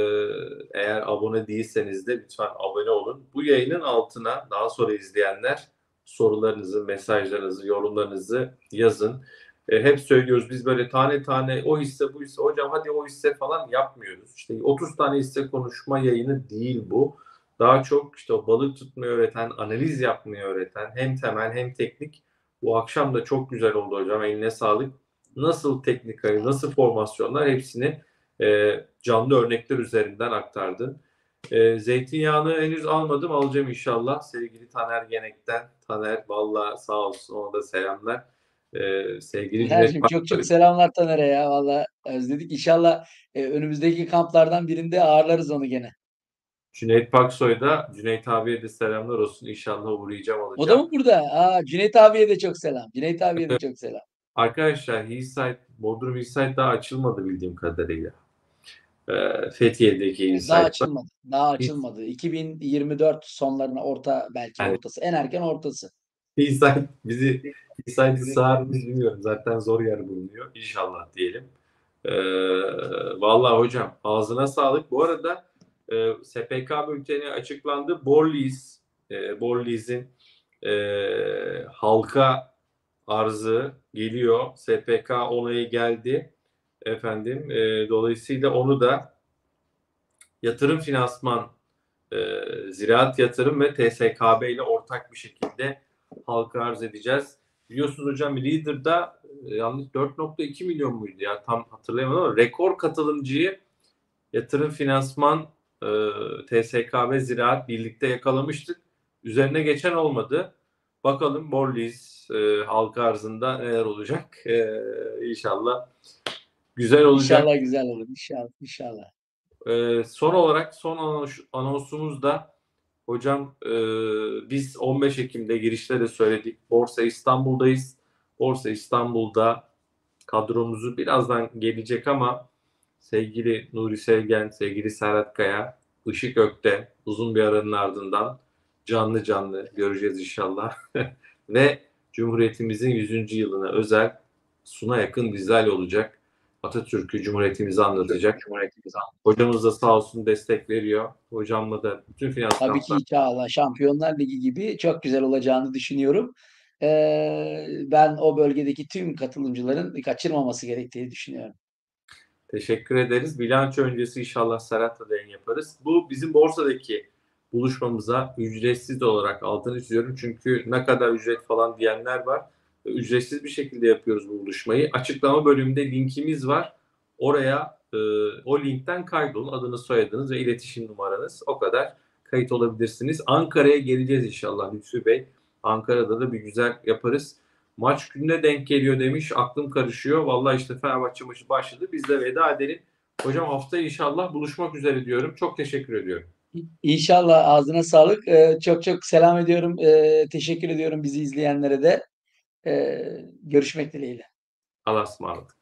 eğer abone değilseniz de lütfen abone olun. Bu yayının altına daha sonra izleyenler sorularınızı, mesajlarınızı, yorumlarınızı yazın. Ee, hep söylüyoruz biz böyle tane tane o hisse bu hisse hocam hadi o hisse falan yapmıyoruz. İşte otuz tane hisse konuşma yayını değil bu. Daha çok işte o balık tutmayı öğreten, analiz yapmayı öğreten hem temel hem teknik. Bu akşam da çok güzel oldu hocam. Eline sağlık. Nasıl teknik, nasıl formasyonlar hepsini e, canlı örnekler üzerinden aktardın. E, zeytinyağını henüz almadım. Alacağım inşallah. Sevgili Taner Genek'ten. Taner valla sağ olsun. Ona da selamlar. E, sevgili Cüneyt Ercim çok çok Paksoy. selamlar Taner'e ya valla özledik. İnşallah e, önümüzdeki kamplardan birinde ağırlarız onu gene. Cüneyt Paksoy'da. Cüneyt abiye de selamlar olsun. İnşallah uğrayacağım, O da alacağım. mı burada? Aa, Cüneyt abiye de çok selam. Cüneyt abiye de çok selam. Arkadaşlar Hillside, Bodrum Hillside daha açılmadı bildiğim kadarıyla. E, Fethiye'deki Daha Hillside'da. açılmadı. Daha açılmadı. iki bin yirmi dört sonlarına orta belki Yani ortası. En erken ortası. Hillside bizi Hillside'i sığar mı bilmiyorum. Zaten zor yer bulunuyor. İnşallah diyelim. Ee, vallahi hocam ağzına sağlık. Bu arada e, S P K bülteni açıklandı. Borliz, e, Borliz'in e, halka arzı geliyor. S P K onayı geldi. Efendim, e, dolayısıyla onu da yatırım finansman, e, ziraat yatırım ve T S K B ile ortak bir şekilde halka arz edeceğiz. Biliyorsunuz hocam Leader'da e, yanlış dört nokta iki milyon muydu ya, tam hatırlayamadım ama rekor katılımcıyı yatırım finansman, e, T S K B ziraat birlikte yakalamıştık. Üzerine geçen olmadı. Bakalım Borliz e, halka arzında neler olacak. E, inşallah güzel olacak. İnşallah güzel olur. İnşallah. İnşallah. E, son olarak son anonsumuz da hocam, e, biz on beş Ekim'de girişte de söyledik. Borsa İstanbul'dayız. Borsa İstanbul'da kadromuzu birazdan gelecek ama sevgili Nuri Sevgen, sevgili Serhat Kaya, Işık Ök'te uzun bir aranın ardından canlı canlı göreceğiz inşallah. Ve Cumhuriyetimizin yüzüncü yılına özel Suna yakın diziler olacak. Atatürk'ü, Cumhuriyetimizi anlatacak. Cumhuriyetimizi anlatacak. Hocamız da sağ olsun destek veriyor. Hocamla da bütün finans Tabii ki inşallah Şampiyonlar Ligi gibi çok güzel olacağını düşünüyorum. Ee, ben o bölgedeki tüm katılımcıların kaçırmaması gerektiğini düşünüyorum. Teşekkür ederiz. Bilanço öncesi inşallah Serhat'la da yayın yaparız. Bu bizim borsadaki buluşmamıza ücretsiz olarak altını çiziyorum. Çünkü ne kadar ücret falan diyenler var. Ücretsiz bir şekilde yapıyoruz bu buluşmayı. Açıklama bölümünde linkimiz var. Oraya e, o linkten kaydolun. Adınız, soyadınız ve iletişim numaranız. O kadar kayıt olabilirsiniz. Ankara'ya geleceğiz inşallah Lütfü Bey. Ankara'da da bir güzel yaparız. Maç gününe denk geliyor demiş. Aklım karışıyor. Vallahi işte Fenerbahçe maçı başladı. Biz de veda edelim. Hocam haftaya inşallah buluşmak üzere diyorum. Çok teşekkür ediyorum. İnşallah, ağzına sağlık. Ee, çok çok selam ediyorum. Ee, teşekkür ediyorum bizi izleyenlere de. Ee, görüşmek dileğiyle. Allah'a ısmarladık.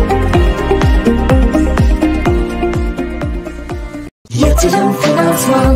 Yatırım Finansman